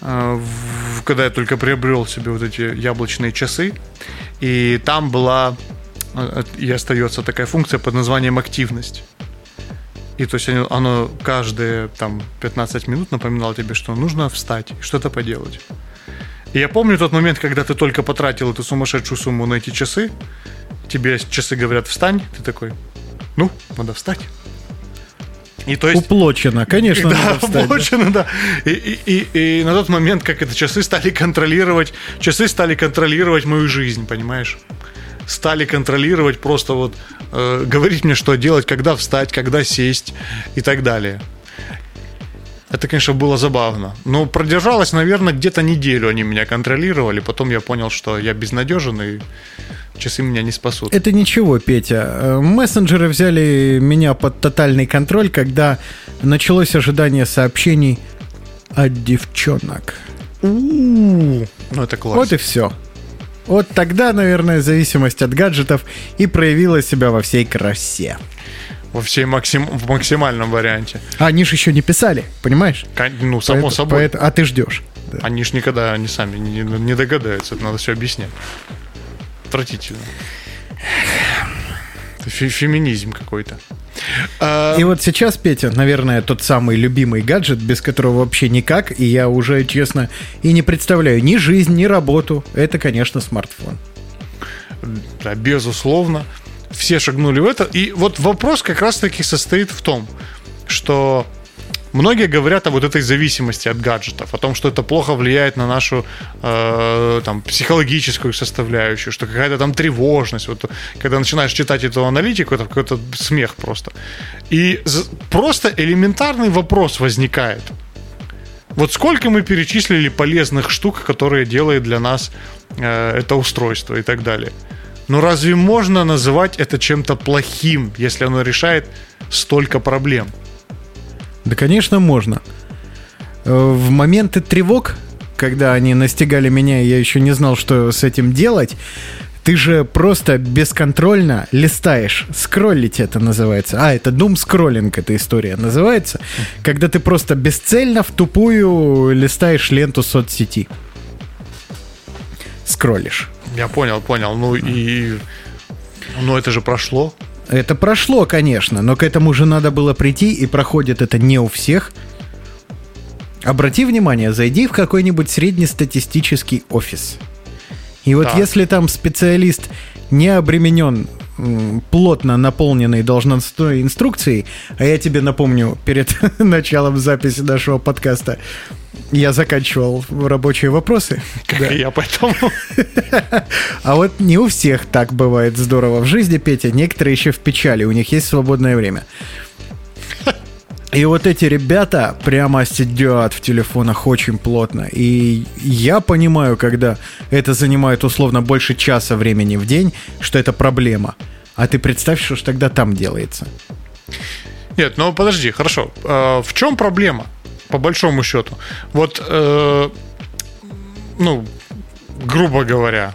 я только приобрел себе вот эти яблочные часы, и там была и остается такая функция под названием «Активность». И то есть оно каждые там 15 минут напоминало тебе, что нужно встать и что-то поделать. И я помню тот момент, когда ты только потратил эту сумасшедшую сумму на эти часы, тебе часы говорят «встань», ты такой «ну, надо встать». И то есть, уплочено, конечно, да, надо встать. Уплочено, да. И на тот момент, как это часы стали контролировать мою жизнь, понимаешь? Стали контролировать просто вот говорить мне, что делать, когда встать, когда сесть и так далее. Это, конечно, было забавно. Но продержалось, наверное, где-то неделю они меня контролировали. Потом я понял, что я безнадежен, и часы меня не спасут. Это ничего, Петя. Мессенджеры взяли меня под тотальный контроль, когда началось ожидание сообщений от девчонок. Ну, это класс. Вот и все. Вот тогда, наверное, зависимость от гаджетов и проявила себя во всей красе. Во всей в максимальном варианте. А они же еще не писали, понимаешь? Ну, само собой. А ты ждешь. Да. Они ж никогда они сами не догадаются. Это надо все объяснять. Отвратительно. Это феминизм какой-то. И вот сейчас, Петя, наверное, тот самый любимый гаджет, без которого вообще никак, и я уже, честно, и не представляю ни жизнь, ни работу. Это, конечно, смартфон. Да, безусловно. Все шагнули в это. И вот вопрос как раз-таки состоит в том, что многие говорят о вот этой зависимости от гаджетов, о том, что это плохо влияет на нашу там, психологическую составляющую, что какая-то там тревожность. Вот, когда начинаешь читать эту аналитику, это какой-то смех просто. И просто элементарный вопрос возникает. Вот сколько мы перечислили полезных штук, которые делает для нас это устройство и так далее. Но разве можно называть это чем-то плохим, если оно решает столько проблем? Да, конечно, можно. В моменты тревог, когда они настигали меня, и я еще не знал, что с этим делать, Ты же просто бесконтрольно листаешь. Скроллить это называется. Это думскроллинг, эта история называется. Когда ты просто бесцельно в тупую листаешь ленту соцсети. Скроллишь. Я понял. Ну это же прошло. Это прошло, конечно, но к этому же надо было прийти, и проходит это не у всех. Обрати внимание, зайди в какой-нибудь среднестатистический офис. И вот если там специалист не обременен плотно наполненной должностной инструкцией, а я тебе напомню, перед началом записи нашего подкаста я заканчивал рабочие вопросы. Как и я, поэтому. А вот не у всех так бывает здорово в жизни, Петя. Некоторые еще в печали, у них есть свободное время. И вот эти ребята прямо сидят в телефонах очень плотно. И я понимаю, когда это занимает условно больше часа времени в день, что это проблема. А ты представь, что ж тогда там делается. Нет, ну подожди, хорошо. В чем проблема, по большому счету? Вот, грубо говоря,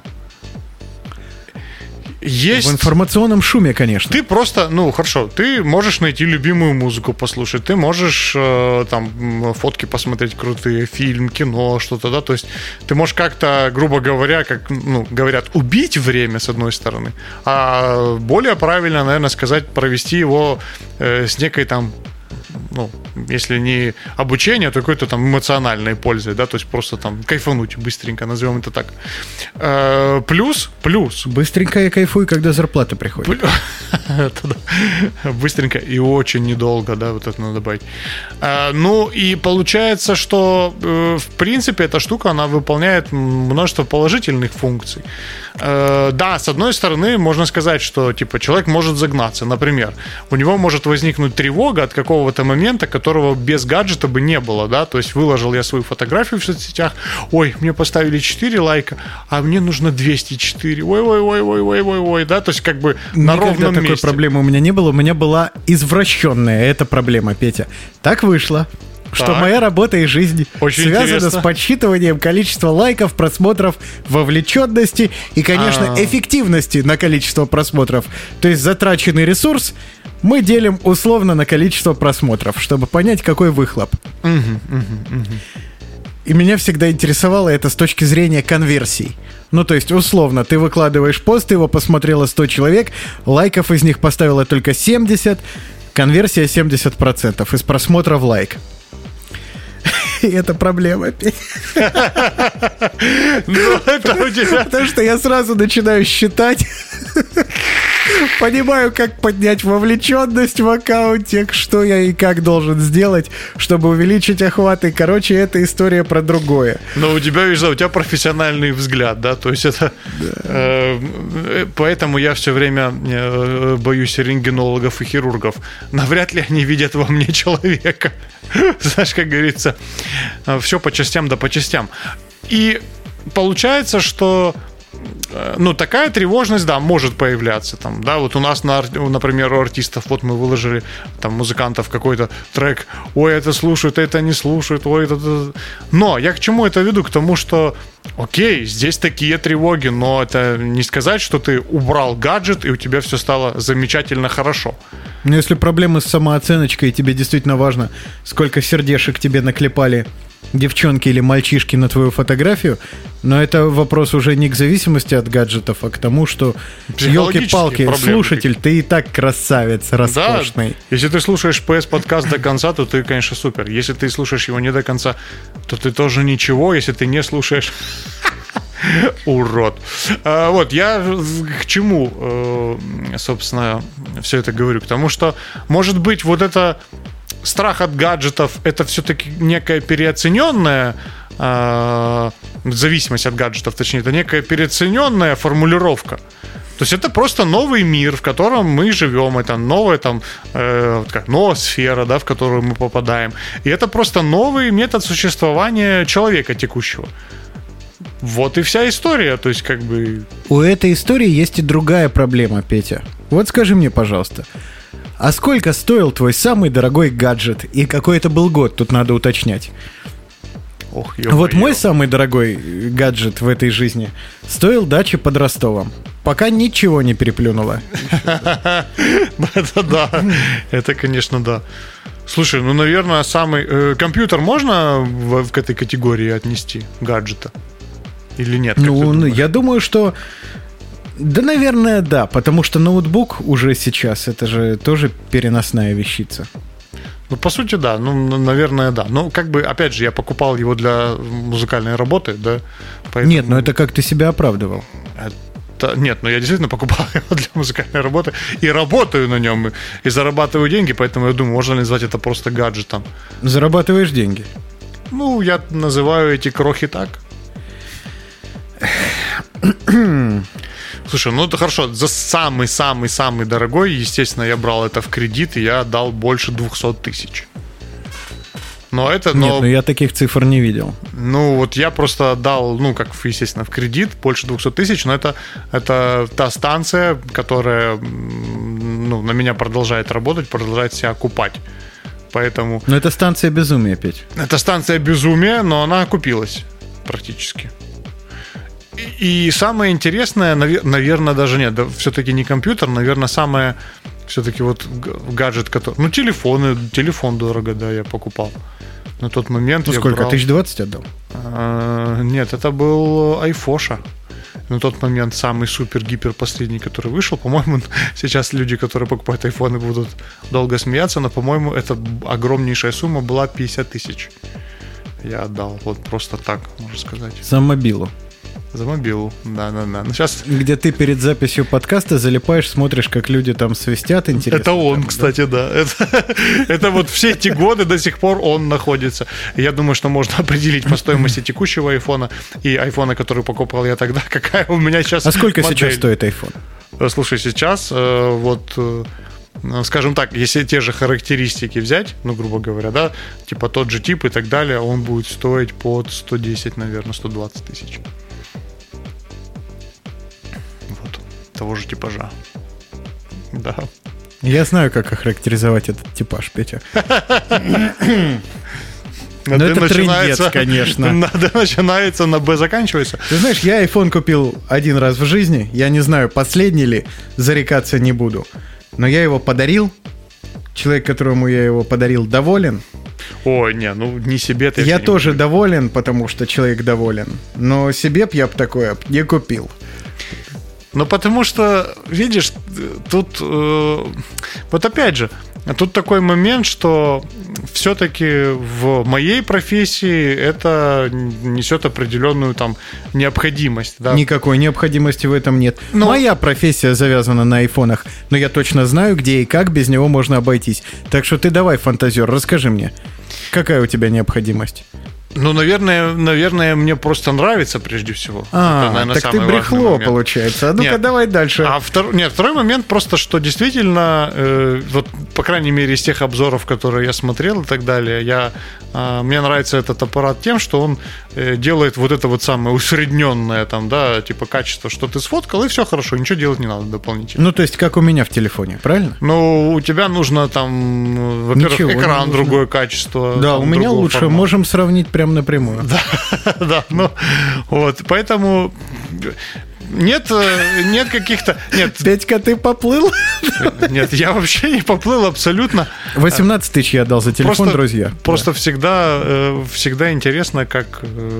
есть... В информационном шуме, конечно. Ты просто, хорошо, ты можешь найти любимую музыку послушать, ты можешь там фотки посмотреть крутые, фильм, кино, что-то, да, то есть ты можешь как-то, грубо говоря, как, говорят, убить время, с одной стороны, а более правильно, наверное, сказать, провести его с некой там, если не обучение, то какой-то там эмоциональной пользой, да, то есть просто там кайфануть быстренько, назовем это так. Плюс. Быстренько я кайфую, когда зарплата приходит. Быстренько и очень недолго, да, вот это надо добавить. И получается, что в принципе эта штука, она выполняет множество положительных функций. Да, с одной стороны, можно сказать, что типа человек может загнаться, например, у него может возникнуть тревога от какого-то момента, которого без гаджета бы не было, да, то есть выложил я свою фотографию в соцсетях, ой, мне поставили 4 лайка, а мне нужно 204, ой, да, то есть как бы на ровном месте. Такой проблемы у меня не было, у меня была извращенная эта проблема, Петя. Так вышло, что моя работа и жизнь очень связана интересно. С подсчитыванием количества лайков, просмотров, вовлеченности и, конечно, эффективности на количество просмотров. То есть затраченный ресурс мы делим условно на количество просмотров, чтобы понять, какой выхлоп. И меня всегда интересовало это с точки зрения конверсий. То есть, условно, ты выкладываешь пост, его посмотрело 100 человек, лайков из них поставило только 70, конверсия 70% из просмотра в лайк. И это проблема. Потому что я сразу начинаю считать, понимаю, как поднять вовлеченность в аккаунте, что я и как должен сделать, чтобы увеличить охваты. Короче, это история про другое. Но у тебя, у тебя профессиональный взгляд, да? То есть это... Поэтому я все время боюсь рентгенологов и хирургов. Навряд ли они видят во мне человека. Знаешь, как говорится, все по частям да по частям. И получается, что такая тревожность, да, может появляться там, да, вот у нас, например, у артистов, вот мы выложили там музыкантов какой-то трек, ой, это слушают, это не слушают, ой, это... Но я к чему это веду? К тому, что окей, здесь такие тревоги, но это не сказать, что ты убрал гаджет, и у тебя все стало замечательно хорошо. Но если проблемы с самооценочкой, и тебе действительно важно, сколько сердешек тебе наклепали девчонки или мальчишки на твою фотографию, но это вопрос уже не к зависимости от гаджетов, а к тому, что елки-палки, слушатель, ты и так красавец, роскошный. Да, если ты слушаешь PS-подкаст до конца, то ты, конечно, супер. Если ты слушаешь его не до конца, то ты тоже ничего. Если ты не слушаешь... Урод. Вот, я к чему, собственно, все это говорю? К тому, что, может быть, вот это страх от гаджетов, это все-таки некая переоцененная зависимость от гаджетов, точнее, это некая переоцененная формулировка. То есть это просто новый мир, в котором мы живем, это новая там, ноосфера, да, в которую мы попадаем. И это просто новый метод существования человека текущего. Вот и вся история, то есть как бы... У этой истории есть и другая проблема, Петя. Вот скажи мне, пожалуйста, а сколько стоил твой самый дорогой гаджет? И какой это был год, тут надо уточнять. Ох, вот мой самый дорогой гаджет в этой жизни стоил дачи под Ростовом. Пока ничего не переплюнуло. Это да. Это, конечно, да. Слушай, ну, наверное, самый... Компьютер можно к этой категории отнести, гаджета? Или нет? Ну, я думаю, что... Да, наверное, да. Потому что ноутбук уже сейчас, это же тоже переносная вещица. Ну, по сути, да. Ну, наверное, да. Но, как бы, опять же, я покупал его для музыкальной работы, да? Поэтому... Нет, ну это как ты себя оправдывал. Нет, но я действительно покупал его для музыкальной работы и работаю на нем, и зарабатываю деньги, поэтому я думаю, можно ли назвать это просто гаджетом. Зарабатываешь деньги? Ну, я называю эти крохи так. Слушай, ну это хорошо, за самый-самый-самый дорогой, естественно, я брал это в кредит, и я отдал больше 200 тысяч. Но это, Нет, я таких цифр не видел. Ну, вот я просто отдал, ну, как, естественно, в кредит больше 200 тысяч, но это та станция, которая, ну, на меня продолжает работать, продолжает себя окупать. Поэтому... Но это станция безумия, Петь. Это станция безумия, но она окупилась практически. И самое интересное, наверное, даже нет, да, все-таки не компьютер, наверное, самое, все-таки вот гаджет, который... Ну, телефон дорого, да, я покупал. На тот момент я сколько, брал... 1020 отдал? Нет, это был iPhone. На тот момент самый супер-гипер последний, который вышел. По-моему, сейчас люди, которые покупают айфоны, будут долго смеяться, но, по-моему, это огромнейшая сумма была 50 тысяч. Я отдал, вот просто так, можно сказать. За мобилу. За мобилу, да. Ну, сейчас... Где ты перед записью подкаста залипаешь, смотришь, как люди там свистят, интересно. Это он, там, кстати, да. Это вот все эти годы до сих пор он находится. Я думаю, что можно определить по стоимости текущего айфона и айфона, который покупал я тогда, какая у меня сейчас. А сколько сейчас стоит айфон? Слушай, сейчас вот... Скажем так, если те же характеристики взять, ну, грубо говоря, да, типа тот же тип и так далее, он будет стоить под 110, наверное, 120 тысяч. Того же типажа. Да. Я знаю, как охарактеризовать этот типаж, Петя. Но это трындец, конечно. Надо начинается, на Б заканчивается. Ты знаешь, я iPhone купил один раз в жизни. Я не знаю, последний ли, зарекаться не буду. Но я его подарил. Человек, которому я его подарил, доволен. Ой, не себе ты. Я тоже доволен, потому что человек доволен. Но себе б я такое не купил. Ну, потому что, видишь, тут, вот опять же, тут такой момент, что все-таки в моей профессии это несет определенную там необходимость. Да? Никакой необходимости в этом нет. Моя профессия завязана на айфонах, но я точно знаю, где и как без него можно обойтись. Так что ты давай, фантазер, расскажи мне, какая у тебя необходимость? Ну, наверное, мне просто нравится прежде всего. Это, наверное, так ты брехло, получается. А ну-ка, давай дальше. Второй момент просто, что действительно, вот, по крайней мере, из тех обзоров, которые я смотрел и так далее, мне нравится этот аппарат тем, что он делает вот это вот самое усредненное, там, да, типа качество, что ты сфоткал, и все хорошо, ничего делать не надо дополнительно. Ну, то есть, как у меня в телефоне, правильно? Ну, у тебя нужно там, во-первых, экран другое качество. Да, у меня лучше, формата. Можем сравнить прямо напрямую. Да, ну, вот, поэтому... Нет каких-то... Нет. Петька, ты поплыл? Нет, я вообще не поплыл абсолютно. 18 тысяч я отдал за телефон, друзья. Просто всегда интересно, как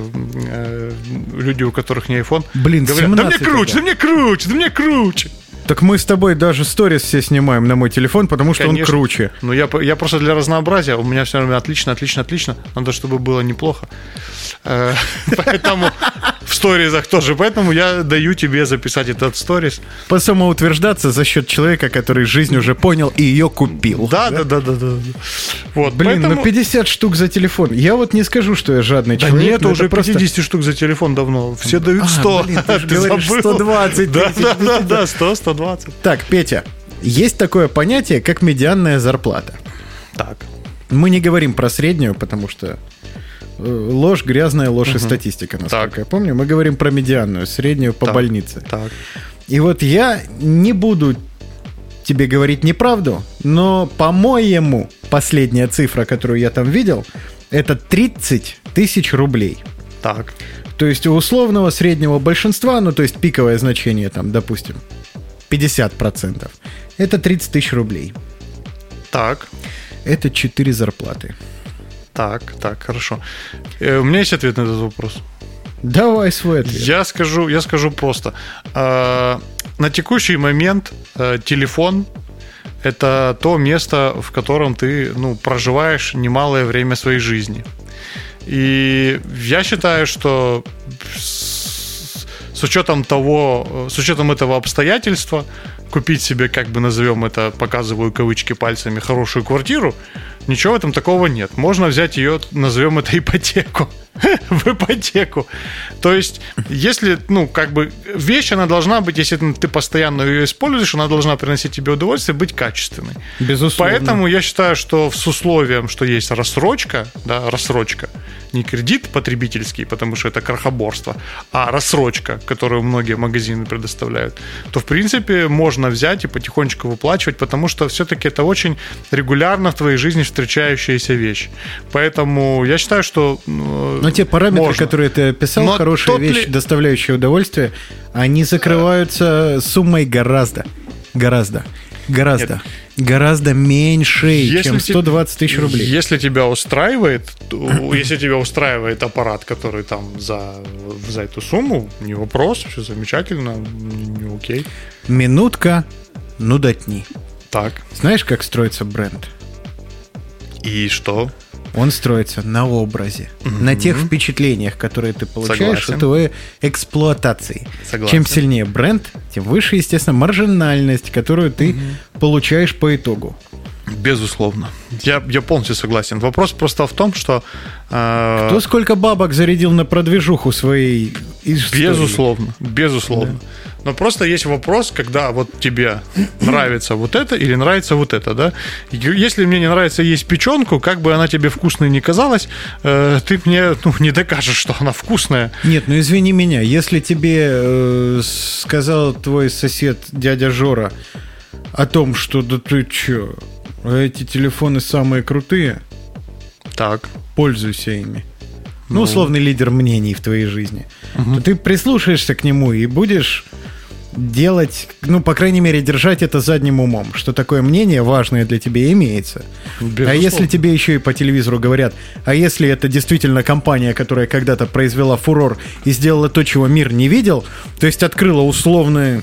люди, у которых не iPhone, говорят, 17 да мне круче. Так мы с тобой даже сторис все снимаем на мой телефон, потому что он круче. Ну, я просто для разнообразия. У меня все время отлично. Надо, чтобы было неплохо. Поэтому в сторизах тоже. Поэтому я даю тебе записать этот сторис. Самоутверждаться за счет человека, который жизнь уже понял и ее купил. Да. Вот, блин, поэтому... 50 штук за телефон. Я вот не скажу, что я жадный человек. Да нет, уже 50 штук за телефон давно. Все дают 100. Блин, ты же говоришь 120 тысяч. Да, 100. 20. Так, Петя, есть такое понятие, как медианная зарплата. Так. Мы не говорим про среднюю, потому что ложь, грязная ложь и статистика, насколько я помню. Мы говорим про медианную, среднюю по больнице. Так. И вот я не буду тебе говорить неправду, но, по-моему, последняя цифра, которую я там видел, это 30 тысяч рублей. Так. То есть у условного среднего большинства, ну то есть пиковое значение там, допустим, 50%, это 30 тысяч рублей. Так. Это 4 зарплаты. Так, хорошо. У меня есть ответ на этот вопрос. Давай свой ответ. Я скажу просто. На текущий момент телефон – это то место, в котором ты проживаешь немалое время своей жизни. И я считаю, что с учетом этого обстоятельства купить себе, как бы назовем это, показываю кавычки пальцами, хорошую квартиру, ничего в этом такого нет. Можно взять ее, назовем это ипотеку. В ипотеку. То есть, если, вещь, она должна быть, если ты постоянно ее используешь, она должна приносить тебе удовольствие, быть качественной. Безусловно. Поэтому я считаю, что с условием, что есть рассрочка, не кредит потребительский, потому что это крохоборство, а рассрочка, которую многие магазины предоставляют, то, в принципе, можно взять и потихонечку выплачивать, потому что все-таки это очень регулярно в твоей жизни встречающаяся вещь. Поэтому я считаю, что... Но те параметры, которые ты описал, хорошая вещь, доставляющая удовольствие, они закрываются суммой гораздо меньше, чем 120 тысяч рублей. Если тебя устраивает аппарат, который там за эту сумму, не вопрос, все замечательно, не окей. Минутка нудотни. Так. Знаешь, как строится бренд? И что? Он строится на образе, на тех впечатлениях, которые ты получаешь от твоей эксплуатации. Согласен. Чем сильнее бренд, тем выше, естественно, маржинальность, которую ты получаешь по итогу. Безусловно. Я полностью согласен. Вопрос просто в том, что... Кто сколько бабок зарядил на продвижуху своей истории? Безусловно. Да. Но просто есть вопрос, когда вот тебе нравится вот это или нравится вот это, да? Если мне не нравится есть печенку, как бы она тебе вкусной не казалась, ты мне не докажешь, что она вкусная. Нет, извини меня, если тебе сказал твой сосед, дядя Жора, о том, что да ты чё, эти телефоны самые крутые, так, пользуйся ими. Условный лидер мнений в твоей жизни. То ты прислушаешься к нему и будешь делать, по крайней мере, держать это задним умом, что такое мнение важное для тебя имеется. Безусловно. А если тебе еще и по телевизору говорят, а если это действительно компания, которая когда-то произвела фурор и сделала то, чего мир не видел, то есть открыла условное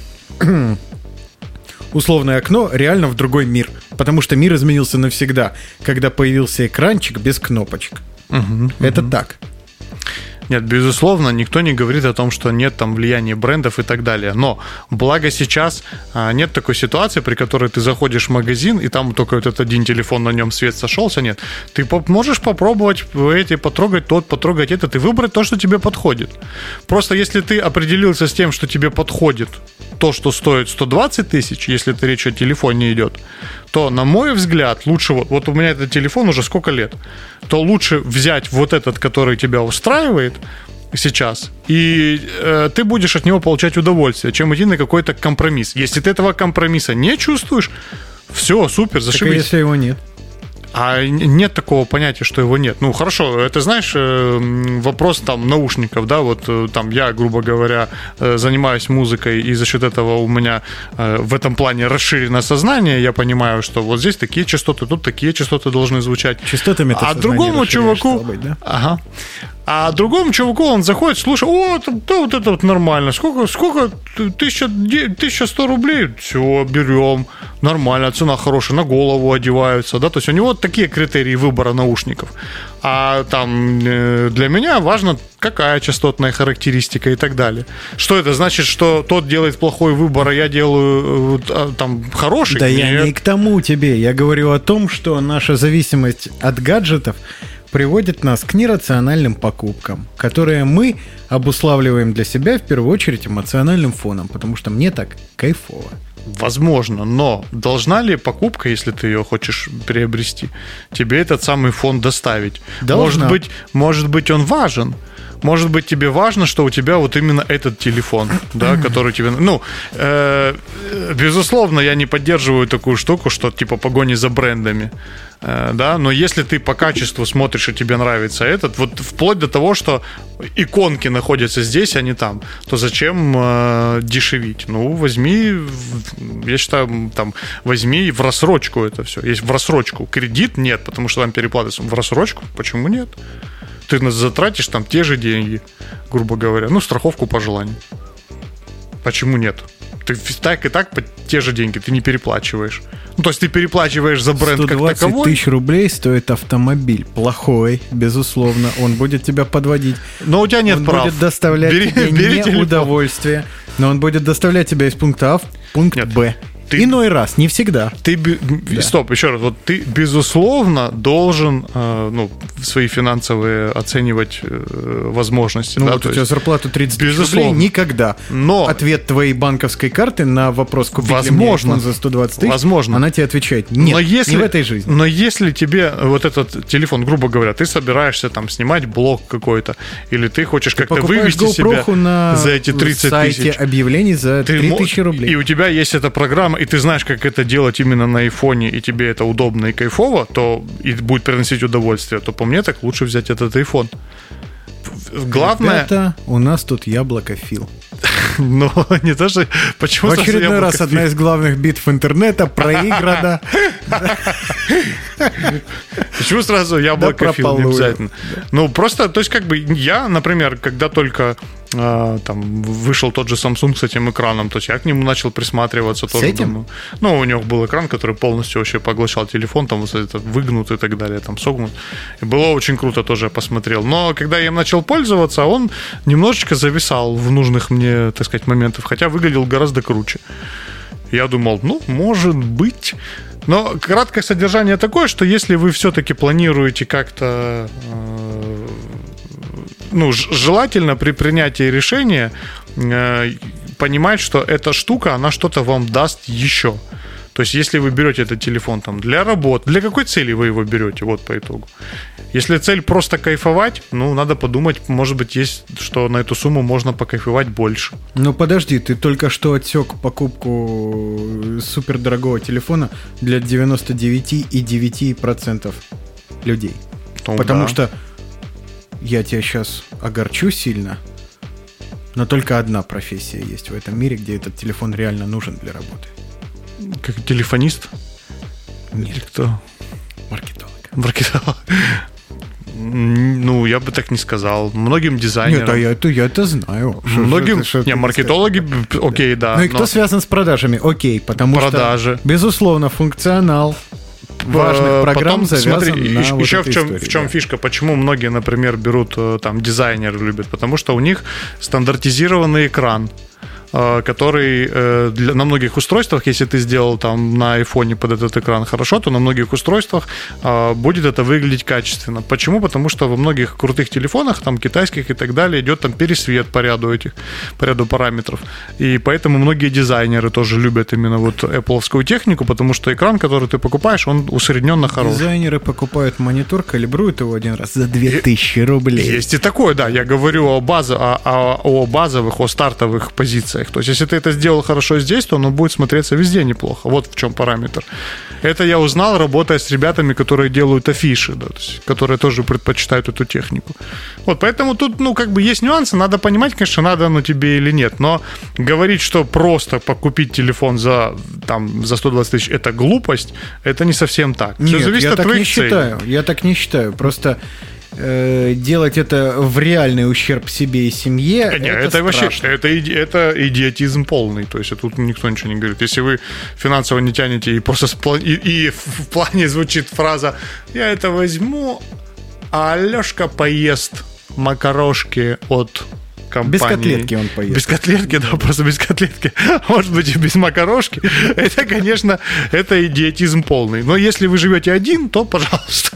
окно реально в другой мир, потому что мир изменился навсегда, когда появился экранчик без кнопочек. Это так. Нет, безусловно, никто не говорит о том, что нет там влияния брендов и так далее. Но благо сейчас нет такой ситуации, при которой ты заходишь в магазин, и там только вот этот один телефон, на нем свет сошелся. Нет. Ты можешь попробовать потрогать тот, потрогать этот и выбрать то, что тебе подходит. Просто если ты определился с тем, что тебе подходит то, что стоит 120 тысяч, если это речь о телефоне идет, то, на мой взгляд, лучше... Вот у меня этот телефон уже сколько лет, то лучше взять вот этот, который тебя устраивает сейчас, и ты будешь от него получать удовольствие, чем идти на какой-то компромисс. Если ты этого компромисса не чувствуешь, все, супер, зашибись. Так, а если его нет? А нет такого понятия, что его нет. Хорошо, это, знаешь, вопрос там наушников, да, вот там я, грубо говоря, занимаюсь музыкой, и за счет этого у меня в этом плане расширено сознание, я понимаю, что вот здесь такие частоты, тут такие частоты должны звучать. Частотами а другому чуваку... Быть, да? Ага. А другому чуваку он заходит, слушает, да вот это вот нормально, сколько 1100 рублей, все, берем, нормально, цена хорошая, на голову одеваются, да, то есть у него такие критерии выбора наушников. А там для меня важно, какая частотная характеристика и так далее. Что это значит, что тот делает плохой выбор, а я делаю там хороший? Да, Нет. я не к тому тебе, я говорю о том, что наша зависимость от гаджетов приводит нас к нерациональным покупкам, которые мы обуславливаем для себя в первую очередь эмоциональным фоном, потому что мне так кайфово. Возможно, но должна ли покупка, если ты ее хочешь приобрести, тебе этот самый фон доставить? Должна. Может быть, он важен. может быть, тебе важно, что у тебя вот именно этот телефон, да, который тебе... Ну, безусловно, я не поддерживаю такую штуку, что типа погони за брендами, да, но если ты по качеству смотришь, и тебе нравится этот, вот вплоть до того, что иконки находятся здесь, а не там, то зачем дешевить? Ну, возьми, я считаю, там, возьми в рассрочку это все. Есть в рассрочку. Кредит нет, потому что там переплаты. В рассрочку? Почему нет? Ты затратишь там те же деньги, грубо говоря. Ну, страховку по желанию. Почему нет? Ты так и так по те же деньги ты не переплачиваешь. Ну, то есть ты переплачиваешь за бренд как таковой. 120 тысяч рублей стоит автомобиль. Плохой, безусловно. Он будет тебя подводить. Но у тебя нет прав. Он будет доставлять тебе не удовольствие, но он будет доставлять тебя из пункта А в пункт Б. Иной раз, не всегда. Стоп, еще раз. Вот ты, безусловно, должен свои финансовые оценивать возможности. Ну, да? вот у тебя зарплату 30 тысяч рублей никогда. Но ответ твоей банковской карты на вопрос, купить ли мне iPhone за 120 тысяч, она тебе отвечает: нет, не в этой жизни. Но если тебе вот этот телефон, грубо говоря, ты собираешься там снимать блог какой-то, или ты хочешь как-то вывести себя за эти 30 сайте тысяч. Объявлений за 3000 рублей. И у тебя есть эта программа, и ты знаешь, как это делать именно на айфоне, и тебе это удобно и кайфово, то и будет приносить удовольствие, то по мне так лучше взять этот iPhone. Главное... Ребята, у нас тут яблокофил. Но не то, что... Почему в очередной раз одна из главных битв интернета проиграна. Почему сразу яблокофил не обязательно? Ну, просто, то есть, как бы, я, например, когда только там вышел тот же Samsung с этим экраном, то есть я к нему начал присматриваться. С этим? Думаю, ну, у него был экран, который полностью вообще поглощал телефон, там вот это выгнут и так далее, там согнут. И было очень круто, тоже я посмотрел. Но когда я им начал пользоваться, он немножечко зависал в нужных мне, так сказать, моментах, хотя выглядел гораздо круче. Я думал, ну, может быть. Но краткое содержание такое, что если вы все-таки планируете как-то... Ну, желательно при принятии решения понимать, что эта штука, она что-то вам даст еще. То есть, если вы берете этот телефон там, для работы, для какой цели вы его берете, вот по итогу. Если цель просто кайфовать, ну, надо подумать, может быть, есть, что на эту сумму можно покайфовать больше. Ну, подожди, ты только что отсек покупку супердорогого телефона для 99,9% людей. Ну, потому что я тебя сейчас огорчу сильно, но только одна профессия есть в этом мире, где этот телефон реально нужен для работы. Как телефонист? Нет. Или кто? Маркетолог. Ну, я бы так не сказал. Многим дизайнерам... Нет, я это знаю. Многим... Не, маркетологи, окей, да. Ну и кто связан с продажами? Окей, потому что, безусловно, функционал важных программ потом, завязан смотри, на еще вот этой истории, в чем фишка, почему многие, например, берут, там, дизайнеры любят, потому что у них стандартизированный экран, который на многих устройствах, если ты сделал там на айфоне под этот экран хорошо, то на многих устройствах будет это выглядеть качественно. Почему? Потому что во многих крутых телефонах, там китайских и так далее, идет там пересвет по ряду параметров. И поэтому многие дизайнеры тоже любят именно вот Apple-овскую технику, потому что экран, который ты покупаешь, он усредненно хороший. Дизайнеры покупают монитор, калибруют его один раз за 2000 рублей. Есть и такое, да. Я говорю о базовых, о стартовых позициях. То есть, если ты это сделал хорошо здесь, то оно будет смотреться везде неплохо. Вот в чем параметр. Это я узнал, работая с ребятами, которые делают афиши, да, то есть, которые тоже предпочитают эту технику. Вот, поэтому тут, ну, как бы есть нюансы. Надо понимать, конечно, надо оно тебе или нет. Но говорить, что просто покупить телефон за 120 тысяч – это глупость, это не совсем так. Нет, все зависит от твоих целей. Я так не считаю. Просто делать это в реальный ущерб себе и семье, это вообще это идиотизм полный. То есть тут никто ничего не говорит. Если вы финансово не тянете и просто и в плане звучит фраза «я это возьму, а Алешка поест макарошки от компании». Без котлетки он поест. Без котлетки, да, просто без котлетки. Может быть, и без макарошки. Это, конечно, это идиотизм полный. Но если вы живете один, то пожалуйста.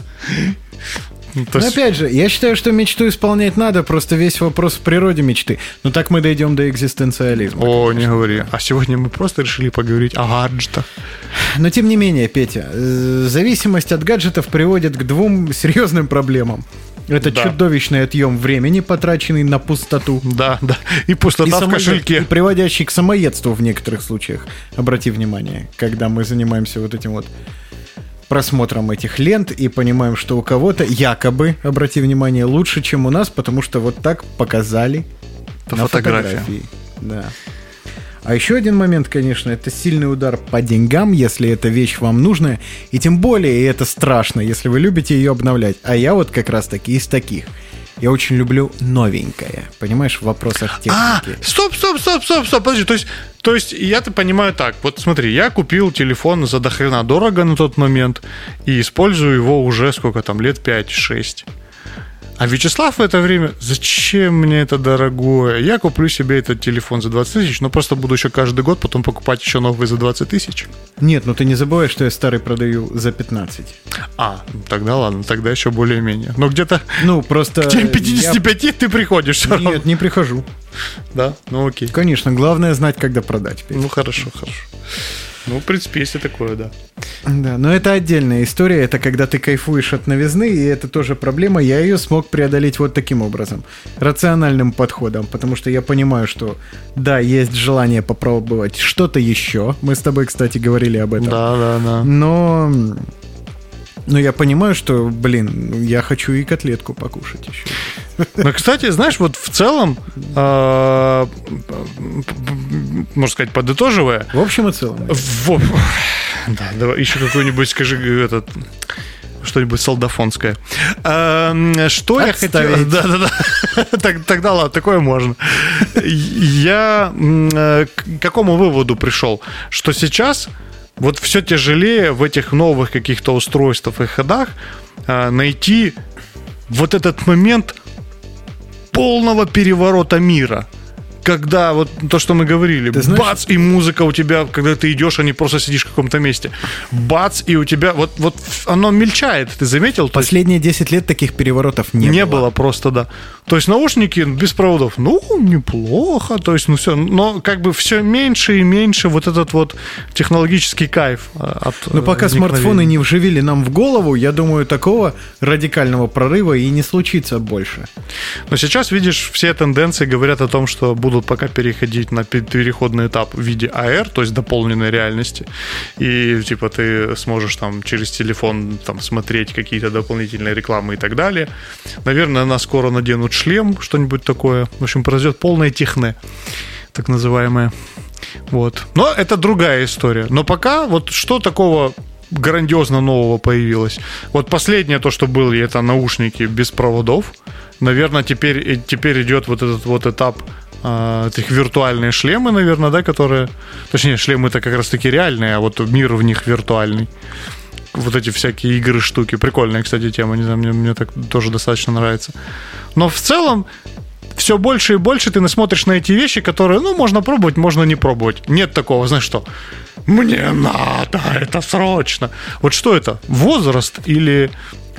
Но опять же, я считаю, что мечту исполнять надо, просто весь вопрос в природе мечты. Но так мы дойдем до экзистенциализма. О, конечно. Не говори. А сегодня мы просто решили поговорить о гаджетах. Но тем не менее, Петя, зависимость от гаджетов приводит к двум серьезным проблемам. Это чудовищный отъем времени, потраченный на пустоту. Да. И пустота в кошельке. И приводящий к самоедству в некоторых случаях. Обрати внимание, когда мы занимаемся вот этим вот просмотром этих лент и понимаем, что у кого-то якобы, обрати внимание, лучше, чем у нас, потому что вот так показали на фотографии. Да. А еще один момент, конечно, это сильный удар по деньгам, если эта вещь вам нужная, и тем более, и это страшно, если вы любите ее обновлять. А я вот как раз таки из таких. Я очень люблю новенькое, понимаешь, в вопросах техники. Стоп, подожди, то есть я-то понимаю так, вот смотри, я купил телефон за дохрена дорого на тот момент и использую его уже сколько там, лет 5-6. А Вячеслав в это время, зачем мне это дорогое? Я куплю себе этот телефон за 20 тысяч, но просто буду еще каждый год потом покупать еще новый за 20 тысяч. Нет, ну ты не забывай, что я старый продаю за 15. Тогда ладно, тогда еще более-менее. Но где-то просто к тем 55 ты приходишь все равно. Нет, не прихожу. Да? Ну окей. Конечно, главное знать, когда продать. Ну хорошо. Ну, в принципе, есть и такое, да. Да, но это отдельная история. Это когда ты кайфуешь от новизны, и это тоже проблема. Я ее смог преодолеть вот таким образом. Рациональным подходом. Потому что я понимаю, что да, есть желание попробовать что-то еще. Мы с тобой, кстати, говорили об этом. Да. Но я понимаю, что, я хочу и котлетку покушать еще. Ну, кстати, знаешь, вот в целом, можно сказать, подытоживая... В общем и целом. Да, давай еще какой-нибудь, скажи, что-нибудь солдафонское. Что я хотел... Да. Тогда ладно, такое можно. Я к какому выводу пришел? Что сейчас... Вот все тяжелее в этих новых каких-то устройствах и ходах найти вот этот момент полного переворота мира. Когда вот то, что мы говорили, бац, и музыка у тебя, когда ты идешь, а не просто сидишь в каком-то месте. Бац, и у тебя вот оно мельчает, ты заметил? Последние 10 лет таких переворотов не было. Просто, да. То есть наушники без проводов, неплохо, то есть, все, но как бы все меньше и меньше вот этот вот технологический кайф от пока смартфоны не вживили нам в голову, я думаю, такого радикального прорыва и не случится больше. Но сейчас, видишь, все тенденции говорят о том, что будут пока переходить на переходный этап в виде AR, то есть дополненной реальности. И типа ты сможешь там через телефон там смотреть какие-то дополнительные рекламы и так далее. Наверное, нас скоро наденут шлем, что-нибудь такое. В общем, произойдет полное техне, так называемое. Вот. Но это другая история. Но пока вот что такого грандиозно нового появилось? Вот последнее то, что было, это наушники без проводов. Наверное, теперь идет вот этот вот этап этих виртуальные шлемы, наверное, да, которые... Точнее, шлемы-то как раз-таки реальные, а вот мир в них виртуальный. Вот эти всякие игры, штуки. Прикольная, кстати, тема. Не знаю, мне так тоже достаточно нравится. Но в целом все больше и больше ты насмотришь на эти вещи, которые, можно пробовать, можно не пробовать. Нет такого, знаешь что? Мне надо, это срочно. Вот что это? Возраст или...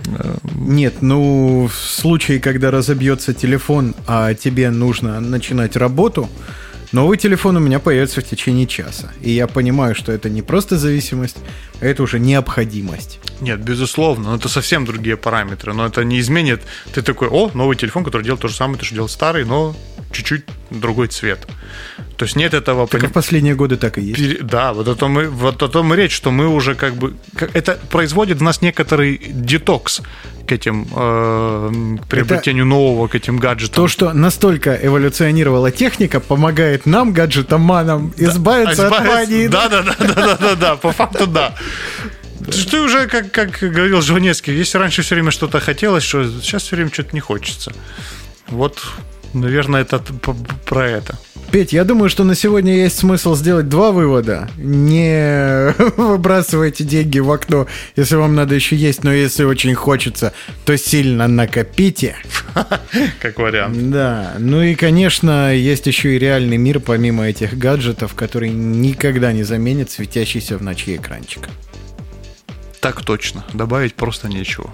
Нет, в случае, когда разобьется телефон, а тебе нужно начинать работу, новый телефон у меня появится в течение часа. И я понимаю, что это не просто зависимость, а это уже необходимость. Нет, безусловно, но это совсем другие параметры. Но это не изменит. Ты такой, новый телефон, который делает то же самое, что делал старый, но чуть-чуть другой цвет. То есть нет этого... Так в последние годы так и есть. Да, вот о том и речь, что мы уже это производит в нас некоторый детокс к этим приобретению нового, к этим гаджетам. То, что настолько эволюционировала техника, помогает нам, гаджетоманам, избавиться от мании. Да, по факту да. Ты уже, как говорил Жванецкий, если раньше все время что-то хотелось, что сейчас все время что-то не хочется. Вот, наверное, это про это. Петь, я думаю, что на сегодня есть смысл сделать 2 вывода. Не выбрасывайте деньги в окно, если вам надо еще есть, но если очень хочется, то сильно накопите. Как вариант. Да, и, конечно, есть еще и реальный мир, помимо этих гаджетов, который никогда не заменит светящийся в ночи экранчик. Так точно, добавить просто нечего.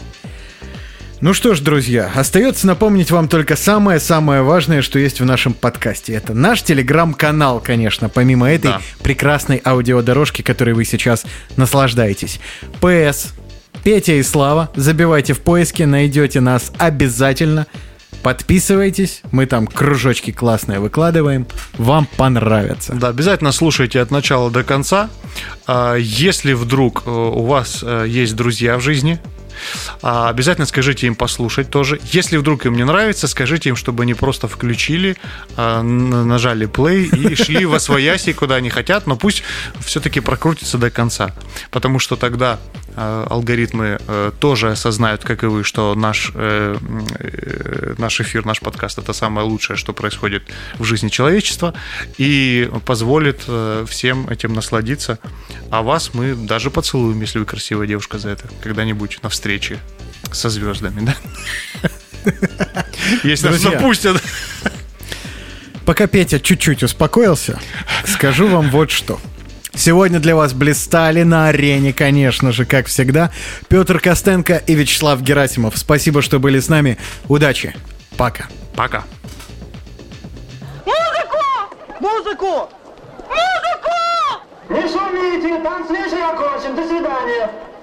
Ну что ж, друзья, остается напомнить вам только самое-самое важное, что есть в нашем подкасте. Это наш телеграм-канал, конечно, помимо этой прекрасной аудиодорожки, которой вы сейчас наслаждаетесь. ПС. Петя и Слава. Забивайте в поиске, найдете нас обязательно. Подписывайтесь, мы там кружочки классные выкладываем, вам понравится. Да, обязательно слушайте от начала до конца. Если вдруг у вас есть друзья в жизни, обязательно скажите им послушать тоже. Если вдруг им не нравится, скажите им, чтобы они просто включили, нажали play и шли во свояси, куда они хотят, но пусть все-таки прокрутится до конца, потому что тогда алгоритмы тоже осознают, как и вы, что наш эфир, наш подкаст — это самое лучшее, что происходит в жизни человечества, и позволит всем этим насладиться. А вас мы даже поцелуем, если вы красивая девушка, за это когда-нибудь на встрече со звездами, да? Если нас запустят. Пока Петя чуть-чуть успокоился, скажу вам вот что. Сегодня для вас блистали на арене, конечно же, как всегда, Петр Костенко и Вячеслав Герасимов. Спасибо, что были с нами. Удачи. Пока. Пока. Музыку! Музыку! Музыку! Не шумите, танцующие окончим. До свидания.